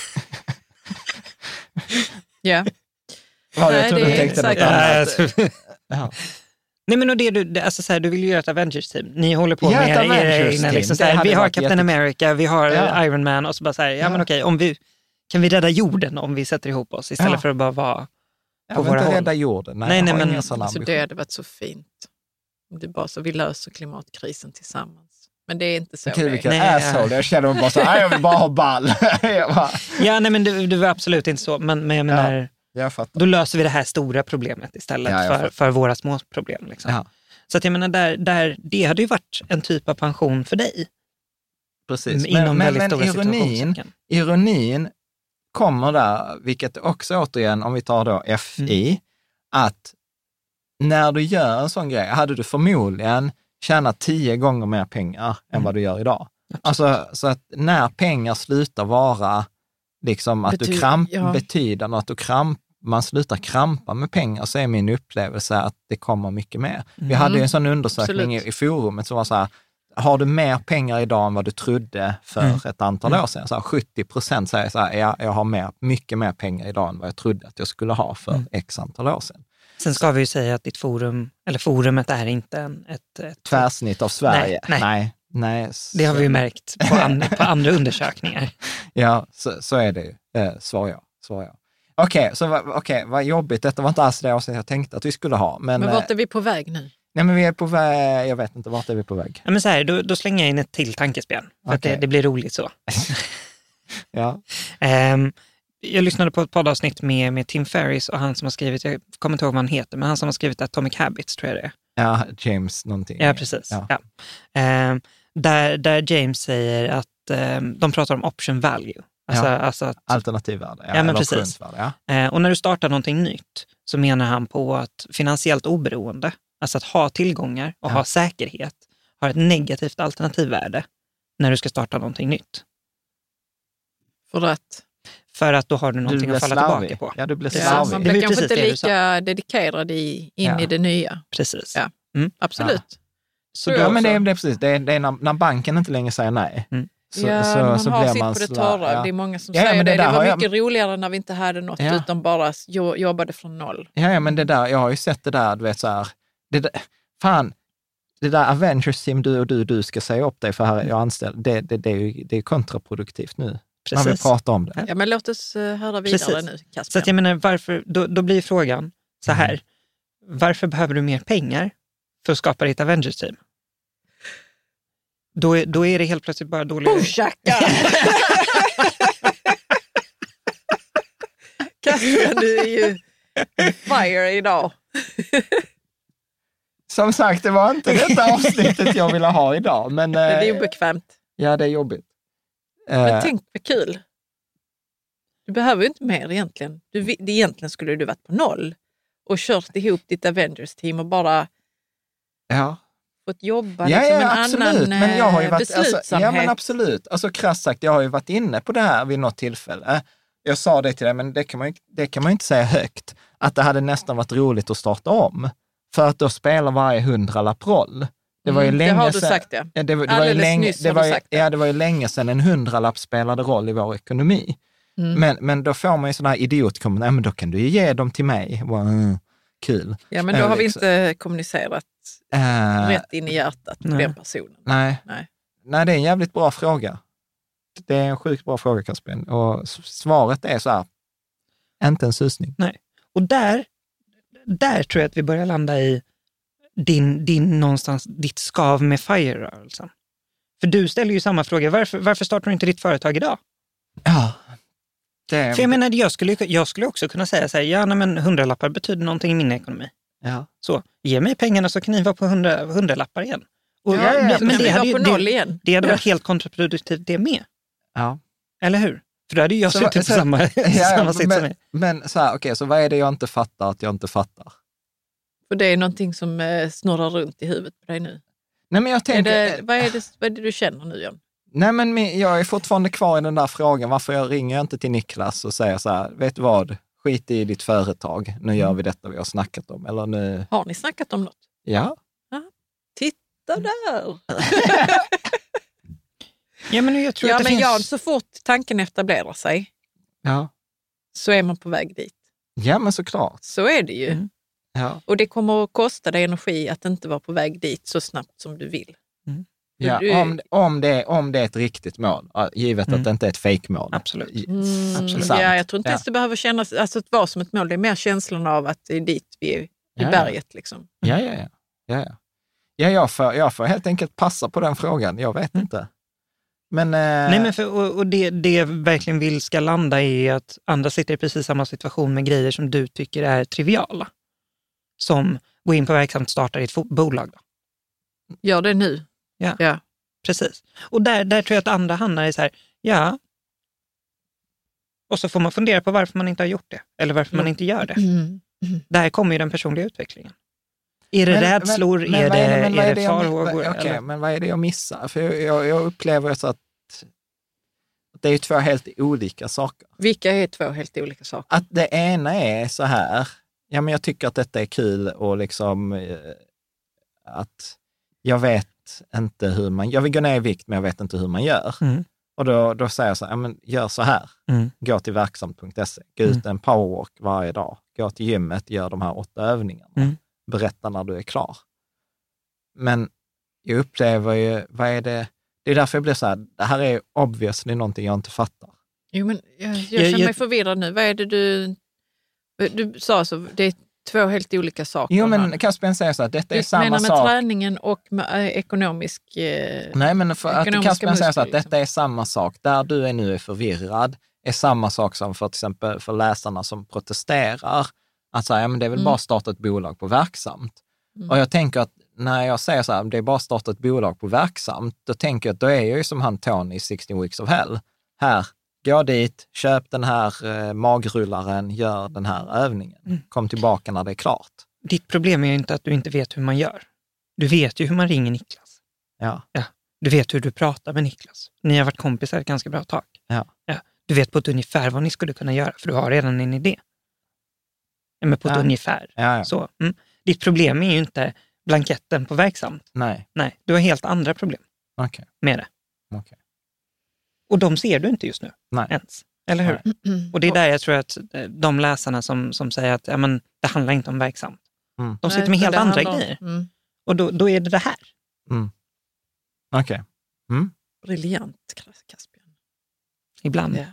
Ja. Ja, jag tror du tänkte något annat. Ja. Nej, men och det du, det, alltså så här, du vill ju göra ett Avengers-team. Ni håller på ja, med era egna, liksom, så här, vi har Captain jätte... America, vi har ja. Iron Man och så bara så här, ja, ja. men okej, om vi, kan vi rädda jorden om vi sätter ihop oss istället ja. för att bara vara ja, på våra inte håll? rädda jorden, nej, nej, nej men alltså, det hade varit så fint. Det är bara så vi löser klimatkrisen tillsammans. Men det är inte så. Okej, vilken asshole. Jag känner mig bara så här, jag vill bara ha ball. bara... Ja, nej men du, du var absolut inte så, men, men jag menar... Ja. Då löser vi det här stora problemet istället ja, för, för våra små problem. Liksom. Ja. Så att jag menar, där, där, det hade ju varit en typ av pension för dig. Precis. Inom Men, men, väldigt men stora ironin, situationstecken. ironin kommer där, vilket också återigen, om vi tar då F I, mm. att när du gör en sån grej, hade du förmodligen tjänat tio gånger mer pengar mm. än vad du gör idag. Alltså, så att när pengar slutar vara liksom att Bety- du kramp, ja. betyder att du kramp, man slutar krampa med pengar, så är min upplevelse att det kommer mycket mer. Mm. Vi hade ju en sån undersökning i, i forumet som var så här, har du mer pengar idag än vad du trodde för mm. ett antal mm. år sedan? Så här, sjuttio procent säger så här, ja, jag har mer, mycket mer pengar idag än vad jag trodde att jag skulle ha för mm. x antal år sedan. Sen ska vi ju säga att ditt forum, eller forumet är inte en, ett, ett... tvärsnitt av Sverige. Nej, nej. nej. nej så... Det har vi ju märkt på, and, på andra undersökningar. Ja, så, så är det ju. Eh, svar jag. Svar jag. Okej, okay, så okay, vad jobbigt. Detta var inte alls det jag tänkte att vi skulle ha. Men, men vart är vi på väg nu? Nej, men vi är på väg, jag vet inte, vart är vi på väg? Ja, men så här, då, då slänger jag in ett till tankespel. För okay. att det, det blir roligt så. ja. Um, jag lyssnade på ett poddavsnitt med, med Tim Ferriss och han som har skrivit, jag kommer inte ihåg vad han heter, men han som har skrivit Atomic Habits, tror jag det är. Ja, James någonting. Ja, precis. Ja. Ja. Um, där, där James säger att um, de pratar om option value. Alltså, ja. alltså att, alternativvärde. Ja, ja, men precis. Ja. Uh, och när du startar någonting nytt så menar han på att finansiellt oberoende, alltså att ha tillgångar och ja. ha säkerhet, har ett negativt alternativvärde när du ska starta någonting nytt. För att? För att då har du någonting att falla slarvig. tillbaka på. Ja, du blir ja, slarvig. man blir kanske inte lika dedikerad i, in ja. i det nya. Precis. Ja, mm. absolut. Ja. Så ja, men det är, det är precis. Det är, det är när, när banken inte längre säger nej. Mm. Så, ja, så, man så har sitt man på det torra. Ja. Det är många som ja, säger det. Det, det var mycket jag... roligare när vi inte hade något ja. utan bara jobbade från noll. Ja, ja, men det där, jag har ju sett det där, du vet så här, det där, fan, det där Avengers Team, du och du, du ska säga upp dig för här jag anställd, det, det, det är ju det är kontraproduktivt nu. Precis. När vi pratar om det. Ja, men låt oss höra vidare Precis. nu, Kasper. Så att jag menar, varför, då, då blir frågan så här, mm. varför behöver du mer pengar för att skapa ditt Avengers Team? Då är, då är det helt plötsligt bara dåligt. Boshaka! Kasper, du är ju fire idag. Som sagt, det var inte detta avsnittet jag ville ha idag. Men, det är obekvämt. Ja, det är jobbigt. Men uh, tänk vad kul. Du behöver ju inte mer egentligen. Du, egentligen skulle du varit på noll och kört ihop ditt Avengers-team och bara... Ja. Fått jobba ja, liksom ja, en absolut. annan men jag har ju varit, beslutsamhet. Alltså, ja, men absolut. Alltså krasst sagt, jag har ju varit inne på det här vid något tillfälle. Jag sa det till dig, men det kan man ju, det kan man ju inte säga högt. Att det hade nästan varit roligt att starta om. För att då spelar varje hundralapp roll. Det var ju mm, länge det har du sedan, sagt, ja. Det, det, det var ju länge, det var ju, ja, det var ju länge sedan en hundralapp spelade roll i vår ekonomi. Mm. Men, men då får man ju sådana här idiotkommentar. Nej, men då kan du ju ge dem till mig. Wow, kul. Ja, men då har vi inte kommunicerat uh, rätt in i hjärtat på nej. den personen. Nej. nej. Nej, det är en jävligt bra fråga. Det är en sjukt bra fråga, Kasper. Och svaret är så här, inte en susning. Nej. Och där, där tror jag att vi börjar landa i din, din någonstans, ditt skav med FIRE-rörelsen. För du ställer ju samma fråga. Varför, varför startar du inte ditt företag idag? Ja. Det... För jag menar, jag skulle, jag skulle också kunna säga så här, ja, nej, men hundralappar betyder någonting i min ekonomi. Ja. Så, ge mig pengarna så kan ni vara på hundra, hundralappar igen. Och, ja, ja, men det hade, på noll igen. Det hade varit helt kontraproduktivt det med. Ja. Eller hur? För då hade jag så, suttit så, på samma, ja, samma sitt men, som mig. Men så här, okej, okay, så vad är det jag inte fattar att jag inte fattar? För det är någonting som eh, snurrar runt i huvudet på dig nu. Nej, men jag tänker... Är det, vad, är det, vad är det du känner nu, John? Nej, men jag är fortfarande kvar i den där frågan. Varför jag ringer inte till Niklas och säger så här, vet du vad? Skit i ditt företag. Nu gör vi detta vi har snackat om. Eller nu... Har ni snackat om något? Ja. ja. Titta där! ja, men jag tror ja, att det men finns... Jan, så fort tanken etablerar sig ja. så är man på väg dit. Ja, men såklart. Så är det ju. Mm. Ja. Och det kommer att kosta dig energi att inte vara på väg dit så snabbt som du vill. Mm. Ja, du... om, om, det, om det är ett riktigt mål, givet mm. att det inte är ett fake-mål. Absolut. Mm. Absolut. Ja, jag tror inte ja. ens det behöver kännas, alltså att vara som ett mål. Det är mer känslan av att det är dit vi är, i ja, berget. Ja. Liksom. Ja, ja, ja. ja, ja. ja jag, får, jag får helt enkelt passa på den frågan. Jag vet mm. inte. Men, eh... Nej, men för, och, och det, det jag verkligen vill ska landa i att andra sitter i precis samma situation med grejer som du tycker är triviala. Som gå in på verksamt starta i ett bolag. Då. Gör det nu. Ja. ja. Precis. Och där, där tror jag att andra hamnar i så här, ja. Och så får man fundera på varför man inte har gjort det. Eller varför mm. man inte gör det. Mm. Mm. Där kommer ju den personliga utvecklingen. Är det men, rädslor? Men, men, är, det, är, det, är det farhågor? Okej, okay, men vad är det jag missar? För jag, jag, jag upplever så att det är två helt olika saker. Vilka är två helt olika saker? Att det ena är så här, ja men jag tycker att detta är kul och liksom eh, att jag vet inte hur man, jag vill gå ner i vikt men jag vet inte hur man gör. Mm. Och då, då säger jag så här, ja men gör så här, mm. gå till verksamt punkt se, gå ut mm. en powerwalk varje dag, gå till gymmet, gör de här åtta övningarna, mm. berätta när du är klar. Men jag upplever ju, vad är det, det är därför jag blir så här, det här är obviously någonting jag inte fattar. Jo men jag, jag känner jag, mig förvirrad nu, vad är det du, du sa så, det är två helt olika saker. Jo, men Caspian säger så att detta är samma sak. Du menar med sak. träningen och med ekonomisk... Eh, Nej, men för att Caspian säger så att detta är samma sak. Där du är nu är förvirrad är samma sak som för till exempel för läsarna som protesterar. Att säga, ja, men det är väl mm. bara starta ett bolag på verksamt. Mm. Och jag tänker att när jag säger så här, det är bara starta ett bolag på verksamt, då tänker jag att då är jag ju som han Tony i sexton weeks of hell. Här, gå dit, köp den här eh, magrullaren, gör den här övningen. Mm. Kom tillbaka när det är klart. Ditt problem är ju inte att du inte vet hur man gör. Du vet ju hur man ringer Niklas. Ja. Ja. Du vet hur du pratar med Niklas. Ni har varit kompisar ett ganska bra tag. Ja. Ja. Du vet på ett ungefär vad ni skulle kunna göra, för du har redan en idé. Ja, men på ett ja. ungefär. Ja, ja. Så, mm. Ditt problem är ju inte blanketten på verksamt. Nej. Nej, du har helt andra problem okay. med det. Okay. Och de ser du inte just nu. Nej. Ens. Eller hur? Mm. Och det är där jag tror att de läsarna som, som säger att ja, men, det handlar inte om verksamt. Mm. De sitter med helt andra grejer. Mm. Och då, då är det det här. Mm. Okej. Okay. Mm. Briljant, Caspian. Ibland. Ja.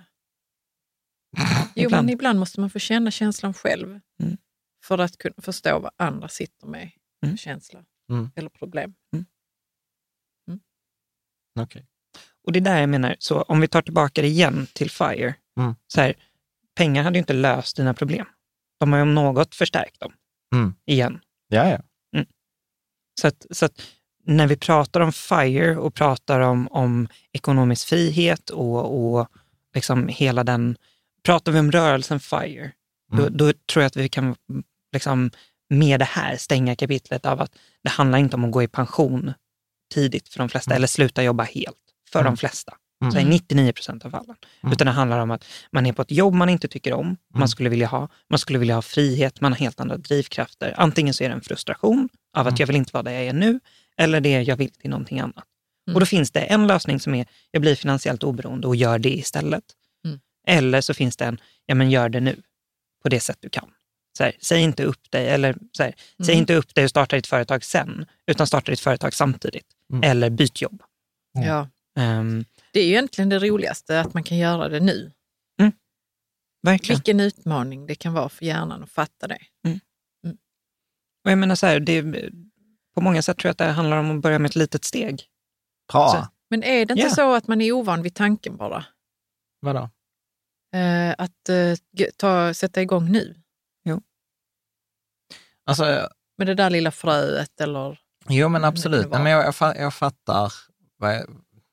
Jo, ibland. Men ibland måste man få känna känslan själv. Mm. För att kunna förstå vad andra sitter med. Mm. Känsla. Mm. Eller problem. Mm. Mm. Okej. Okay. Och det är där jag menar, så om vi tar tillbaka det igen till FIRE, mm. så här, pengar hade ju inte löst dina problem. De har ju om något förstärkt dem. Mm. Igen. Ja, ja. Mm. Så, att, så att när vi pratar om FIRE och pratar om, om ekonomisk frihet och, och liksom hela den, pratar vi om rörelsen FIRE, mm. då, då tror jag att vi kan liksom med det här stänga kapitlet av att det handlar inte om att gå i pension tidigt för de flesta, mm. eller sluta jobba helt för mm. de flesta. Mm. Så är nittionio procent av fallen. Mm. Utan det handlar om att man är på ett jobb man inte tycker om, mm. man skulle vilja ha, man skulle vilja ha frihet, man har helt andra drivkrafter. Antingen så är det en frustration av att mm. jag vill inte vara där jag är nu, eller det är jag vill till någonting annat. Mm. Och då finns det en lösning som är, jag blir finansiellt oberoende och gör det istället. Mm. Eller så finns det en, ja men gör det nu, på det sätt du kan. Så här, säg inte upp dig, eller så här, mm. säg inte upp dig och starta ditt företag sen, utan starta ditt företag samtidigt. Mm. Eller byt jobb. Mm. Ja. Um, det är ju egentligen det roligaste, att man kan göra det nu. Mm. Verkligen. Vilken utmaning det kan vara för hjärnan att fatta det. Mm. Mm. Och jag menar så här, det, på många sätt tror jag att det handlar om att börja med ett litet steg. Bra. Så, men är det inte yeah. så att man är ovan vid tanken bara? Vadå? Uh, att uh, ta, sätta igång nu. Jo. Alltså, med det där lilla fröet eller... Jo, men absolut. Nej, men jag, jag, jag fattar. Jag...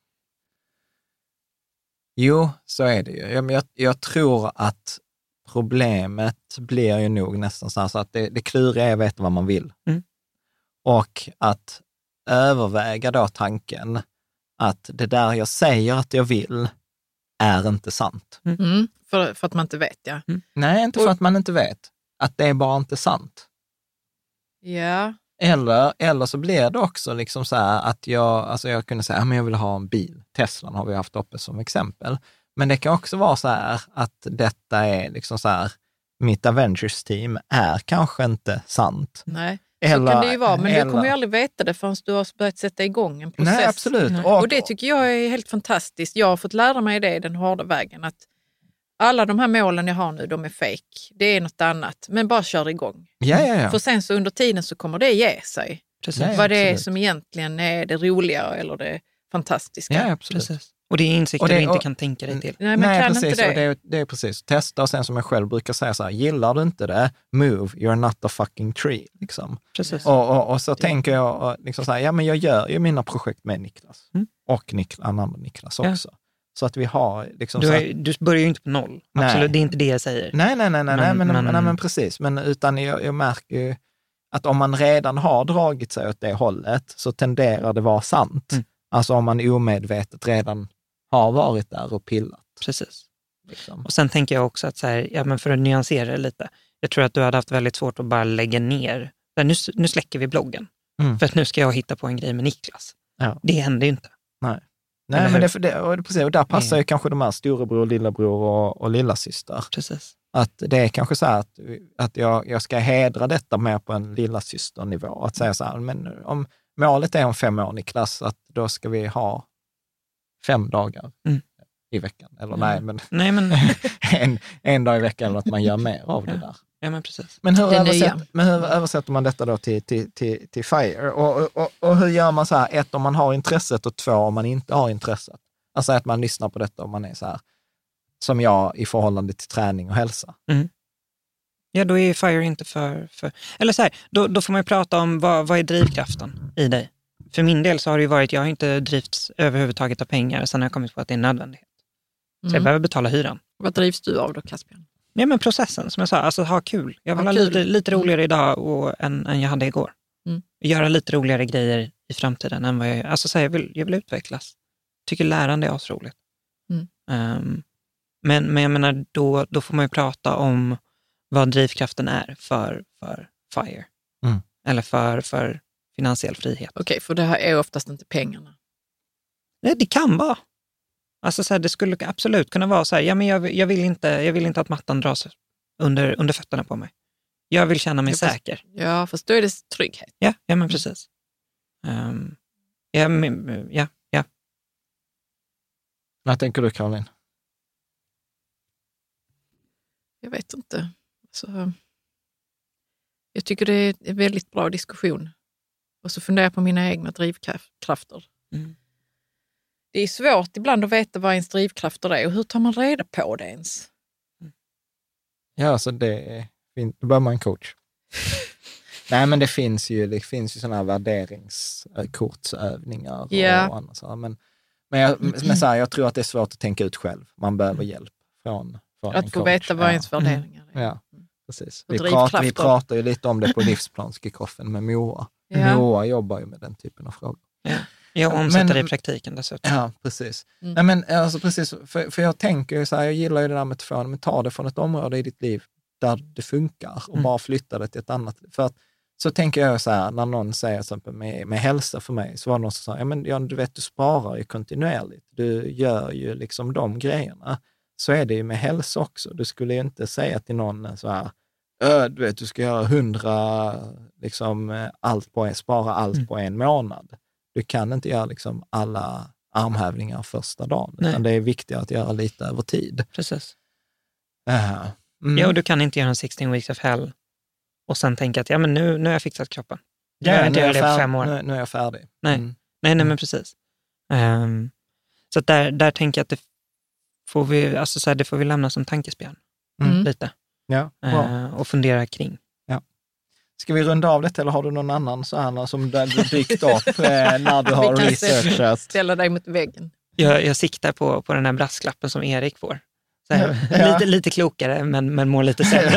Jo, så är det ju. Jag, jag, jag tror att problemet blir ju nog nästan så, här, så att det, det kluriga är att veta vad man vill. Mm. Och att överväga då tanken att det där jag säger att jag vill är inte sant. Mm. Mm. För, för att man inte vet, ja. Mm. Nej, inte för att man inte vet. Att det är bara inte sant. Ja. Eller, eller så blir det också liksom så här att jag, alltså jag kunde säga att jag vill ha en bil. Teslan har vi haft uppe som exempel. Men det kan också vara så här att detta är liksom så här, mitt Avengers-team är kanske inte sant. Nej, eller, så kan det ju vara. Men eller, du kommer ju aldrig veta det förrän du har börjat sätta igång en process. Nej, absolut. Nej. Och, och det tycker jag är helt fantastiskt. Jag har fått lära mig det den hårda vägen, att alla de här målen jag har nu, de är fake. Det är något annat, men bara kör igång. Ja, ja, ja. För sen så under tiden så kommer det ge sig. Precis. Vad Ja, det är absolut. som egentligen är det roliga eller det fantastiska. Ja, absolut. Precis. Och det är insikter och det, du inte och, kan tänka dig till. Nej, men nej kan precis. inte det. Och det, är, det är precis. Testa och sen som jag själv brukar säga så här, gillar du inte det, move, you're not a fucking tree. Liksom. Precis. Och, och, och så det. tänker jag liksom så här, ja men jag gör ju mina projekt med Niklas. Mm. Och Niklas, annan Niklas också. Ja. Så att vi har liksom... Du, är, så att, du börjar ju inte på noll. Nej. Absolut, det är inte det jag säger. Nej, nej, nej, nej, men, nej, men, men, nej, men precis. Men utan jag, jag märker ju att om man redan har dragit sig åt det hållet så tenderar det vara sant. Mm. Alltså om man omedvetet redan har varit där och pillat. Precis. Liksom. Och sen tänker jag också att så här, ja, men för att nyansera det lite, jag tror att du hade haft väldigt svårt att bara lägga ner. Där, nu, nu släcker vi bloggen. Mm. För att nu ska jag hitta på en grej med Niklas. Ja. Det händer ju inte. Nej. Nej, men det, det, och, precis, och där passar mm. ju kanske de här storebror, lillabror och, och lillasyster. Precis. Att det är kanske så här att, att jag, jag ska hedra detta mer på en lillasysternivå. Att säga så här, men om målet är om fem år, Niklas, att då ska vi ha fem dagar mm. i veckan. Eller ja. nej, men, nej, men... en, en dag i veckan, eller att man gör mer av det där. Ja, men precis. Men hur, översätt, men hur översätter man detta då till, till, till, till FIRE? Och, och, och hur gör man så här, ett om man har intresset och två om man inte har intresset? Alltså att man lyssnar på detta om man är så här, som jag i förhållande till träning och hälsa. Mm. Ja, då är FIRE inte för... för eller så här, då, då får man ju prata om vad, vad är drivkraften i dig? För min del så har det ju varit, jag har inte drivits överhuvudtaget av pengar sen jag kommit på att det är en nödvändighet. Så mm. jag behöver betala hyran. Vad drivs du av då, Caspian? Nej, men processen, som jag sa, alltså ha kul. Jag vill ha, ha lite, lite roligare idag och, än, än jag hade igår. Mm. Göra lite roligare grejer i framtiden än vad jag... Alltså så här, jag, vill, jag vill utvecklas. Tycker lärande är asroligt. Mm. Um, men, men jag menar, då, då får man ju prata om vad drivkraften är för, för FIRE. Mm. Eller för, för finansiell frihet. Okej, okay, för det här är oftast inte pengarna. Nej, det kan vara. Alltså så här, det skulle absolut kunna vara så här, ja men jag, jag, vill inte, jag vill inte att mattan dras under, under fötterna på mig. Jag vill känna mig ja, säker. Fast, ja, fast då är det trygghet. Ja, ja men precis. Um, ja, men, ja, ja. Vad tänker du, Caroline? Jag vet inte. Så, jag tycker det är en väldigt bra diskussion. Och så funderar jag på mina egna drivkrafter. Mm. Det är svårt ibland att veta vad ens drivkrafter är och hur tar man reda på det ens? Ja, alltså det är fint. Då behöver man en coach. Nej, men det finns ju, det finns ju sådana här värderingskortsövningar yeah. och annat. Så. Men, men, jag, men så här, jag tror att det är svårt att tänka ut själv. Man behöver hjälp från, från att en få coach. veta vad ja. ens värderingar är. Ja, precis. Vi pratar, vi pratar ju lite om det på livsplanskikoffen med Moa. Ja. Moa jobbar ju med den typen av frågor. Ja. Jag omsätter men, det i praktiken dessutom. Ja, precis. Mm. Nej, men, alltså, precis för, för jag tänker ju så här, jag gillar ju det där med telefon, men ta det från ett område i ditt liv där det funkar och mm. bara flytta det till ett annat. För att, så tänker jag så här, när någon säger till exempel med, med hälsa för mig, så var det någon som sa, ja men ja, du vet, du sparar ju kontinuerligt. Du gör ju liksom de grejerna. Så är det ju med hälsa också. Du skulle ju inte säga till någon så här, du vet, du ska göra hundra, liksom allt på en, spara allt mm. på en månad. Du kan inte göra liksom alla armhävningar första dagen. Nej. Utan det är viktigare att göra lite över tid. Precis. Uh, mm. Ja, och du kan inte göra en sexton weeks of hell och sen tänka att ja, men nu, nu har jag fixat kroppen. Ja, jag nu, är jag det fär- på fem år. Nu, nu är jag färdig. Nej, mm. nej, nej men precis. Um, så att där, där tänker jag att det får vi, alltså så här, det får vi lämna som tankespjärn. Mm. Lite. Ja, uh, och fundera kring. Ska vi runda av det eller har du någon annan så här som du dykt upp när du har researchat? Ställa dig mot väggen. Jag, jag siktar på, på den här brasklappen som Erik får. Så här, ja. lite, lite klokare men, men mår lite sämre.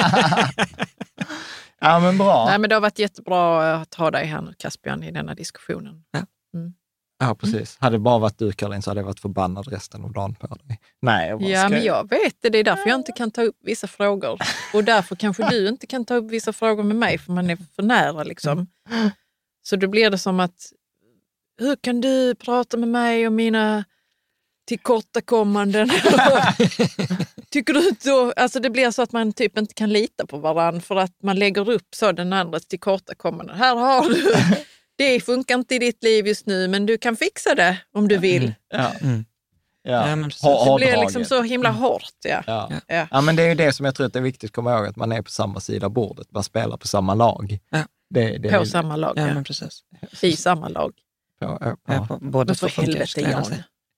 Ja, men bra. Nej, men det har varit jättebra att ha dig här, Caspian, i denna diskussionen. Ja. Mm. Ja, precis. Mm. Hade det bara varit du, Caroline, så hade jag varit förbannad resten av dagen på dig. Nej, jag bara, ja, men jag vet det. Det är därför jag inte kan ta upp vissa frågor. Och därför kanske du inte kan ta upp vissa frågor med mig, för man är för nära liksom. Så då blir det som att, hur kan du prata med mig om mina tillkortakommanden? Tycker du då, alltså det blir så att man typ inte kan lita på varandra för att man lägger upp så den andras tillkortakommanden. Här har du... Det funkar inte i ditt liv just nu, men du kan fixa det om du vill. Mm. Ja. Mm. Ja. Ja, men det blir liksom så himla hårt. Ja. Ja. Ja. Ja, men det är ju det som jag tror att det är viktigt att komma ihåg, att man är på samma sida bordet, man spelar på samma lag. Ja. Det, det på är... samma lag, ja. ja. Men precis. I samma lag. På, ja. Ja, på, båda för helvete, Jan.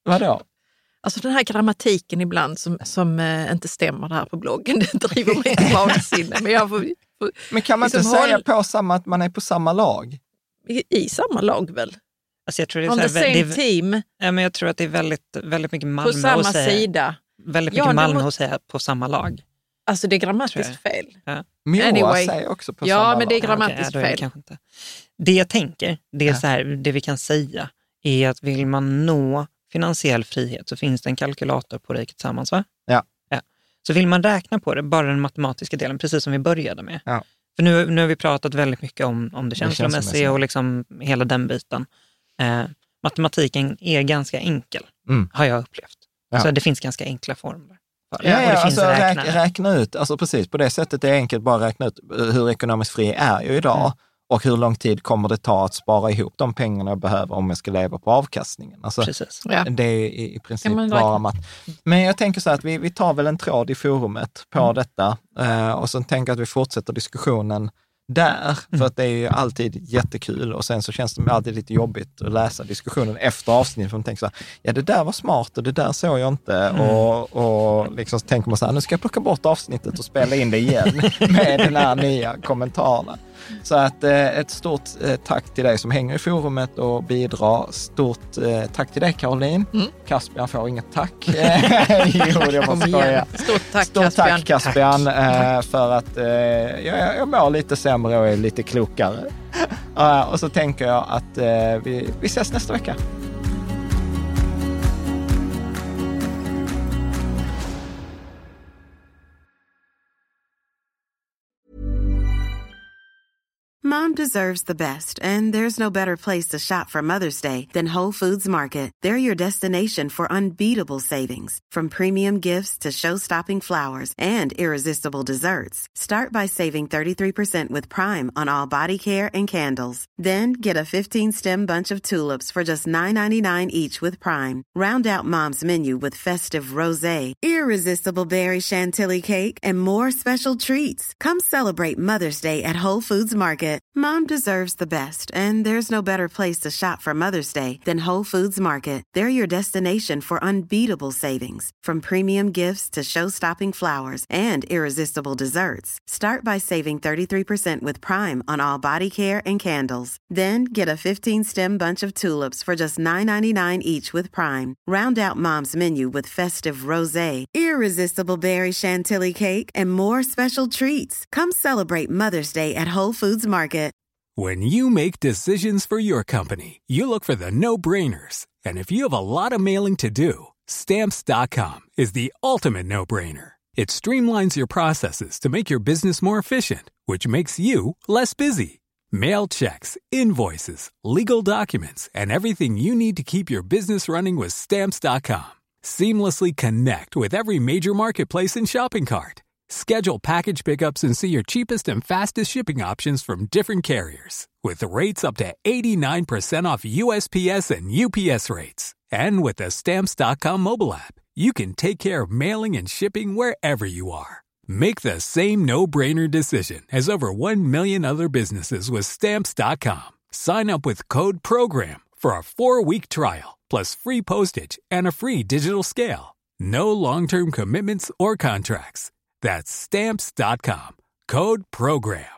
Vadå? Alltså den här grammatiken ibland som, som eh, inte stämmer där på bloggen, det driver mig till vansinne. Men, jag får, får, men kan man liksom inte säga håll... på samma att man är på samma lag? I, i samma lag väl? Alltså jag tror det är On så the här, same det är, team. Ja, men jag tror att det är väldigt, väldigt mycket Malmö på samma att säga, sida. Väldigt mycket ja, Malmö må... att säga på samma lag. Alltså det är grammatiskt fel. Ja. Moa anyway. säger också på ja, samma men lag. det är grammatiskt ja, okay, ja, fel. Kanske inte. Det jag tänker, det är ja. så här, det vi kan säga är att vill man nå finansiell frihet så finns det en kalkylator på Riket Tillsammans, va? Ja. ja. Så vill man räkna på det, bara den matematiska delen, precis som vi började med. Ja. För nu, nu har vi pratat väldigt mycket om, om det Det känslomässiga och liksom hela den biten. Eh, matematiken är ganska enkel, mm. har jag upplevt. Ja. Så det finns ganska enkla formler. Ja, ja, och det alltså finns räkna. räkna. räkna ut, alltså precis på det sättet är det enkelt bara räkna ut hur ekonomiskt fri är jag idag mm. och hur lång tid kommer det ta att spara ihop de pengarna jag behöver om jag ska leva på avkastningen. Alltså, precis. Ja. Det är i, i princip ja, bara matt. Men jag tänker så att vi, vi tar väl en tråd i forumet på mm. detta eh, och sen tänker jag att vi fortsätter diskussionen där, mm. för att det är ju alltid jättekul och sen så känns det alltid lite jobbigt att läsa diskussionen efter avsnittet för man tänker så här, ja det där var smart och det där såg jag inte mm. och, och liksom så tänker man så här, nu ska jag plocka bort avsnittet och spela in det igen med den här nya kommentarerna. Så att eh, ett stort eh, tack till dig som hänger i forumet och bidrar. Stort eh, tack till dig Caroline. Mm. Caspian får inget tack. jo, jag bara skojar. Stort tack Stort Caspian. tack Caspian eh, för att eh, jag, jag mår lite sämre och är lite klokare. uh, och så tänker jag att eh, vi, vi ses nästa vecka. Mom deserves the best, and there's no better place to shop for Mother's Day than Whole Foods Market. They're your destination for unbeatable savings, from premium gifts to show-stopping flowers and irresistible desserts. Start by saving thirty-three percent with Prime on all body care and candles. Then get a fifteen-stem bunch of tulips for just nine ninety-nine each with Prime. Round out Mom's menu with festive rosé, irresistible berry chantilly cake, and more special treats. Come celebrate Mother's Day at Whole Foods Market. Mom deserves the best, and there's no better place to shop for Mother's Day than Whole Foods Market. They're your destination for unbeatable savings, from premium gifts to show-stopping flowers and irresistible desserts. Start by saving thirty-three percent with Prime on all body care and candles. Then get a fifteen-stem bunch of tulips for just nine ninety-nine each with Prime. Round out Mom's menu with festive rosé, irresistible berry chantilly cake, and more special treats. Come celebrate Mother's Day at Whole Foods Market. When you make decisions for your company, you look for the no-brainers. And if you have a lot of mailing to do, Stamps dot com is the ultimate no-brainer. It streamlines your processes to make your business more efficient, which makes you less busy. Mail checks, invoices, legal documents, and everything you need to keep your business running with Stamps dot com. Seamlessly connect with every major marketplace and shopping cart. Schedule package pickups and see your cheapest and fastest shipping options from different carriers. With rates up to eighty-nine percent off U S P S and U P S rates. And with the Stamps dot com mobile app, you can take care of mailing and shipping wherever you are. Make the same no-brainer decision as over one million other businesses with Stamps dot com. Sign up with code PROGRAM for a four-week trial, plus free postage and a free digital scale. No long-term commitments or contracts. That's Stamps dot com. Code PROGRAM.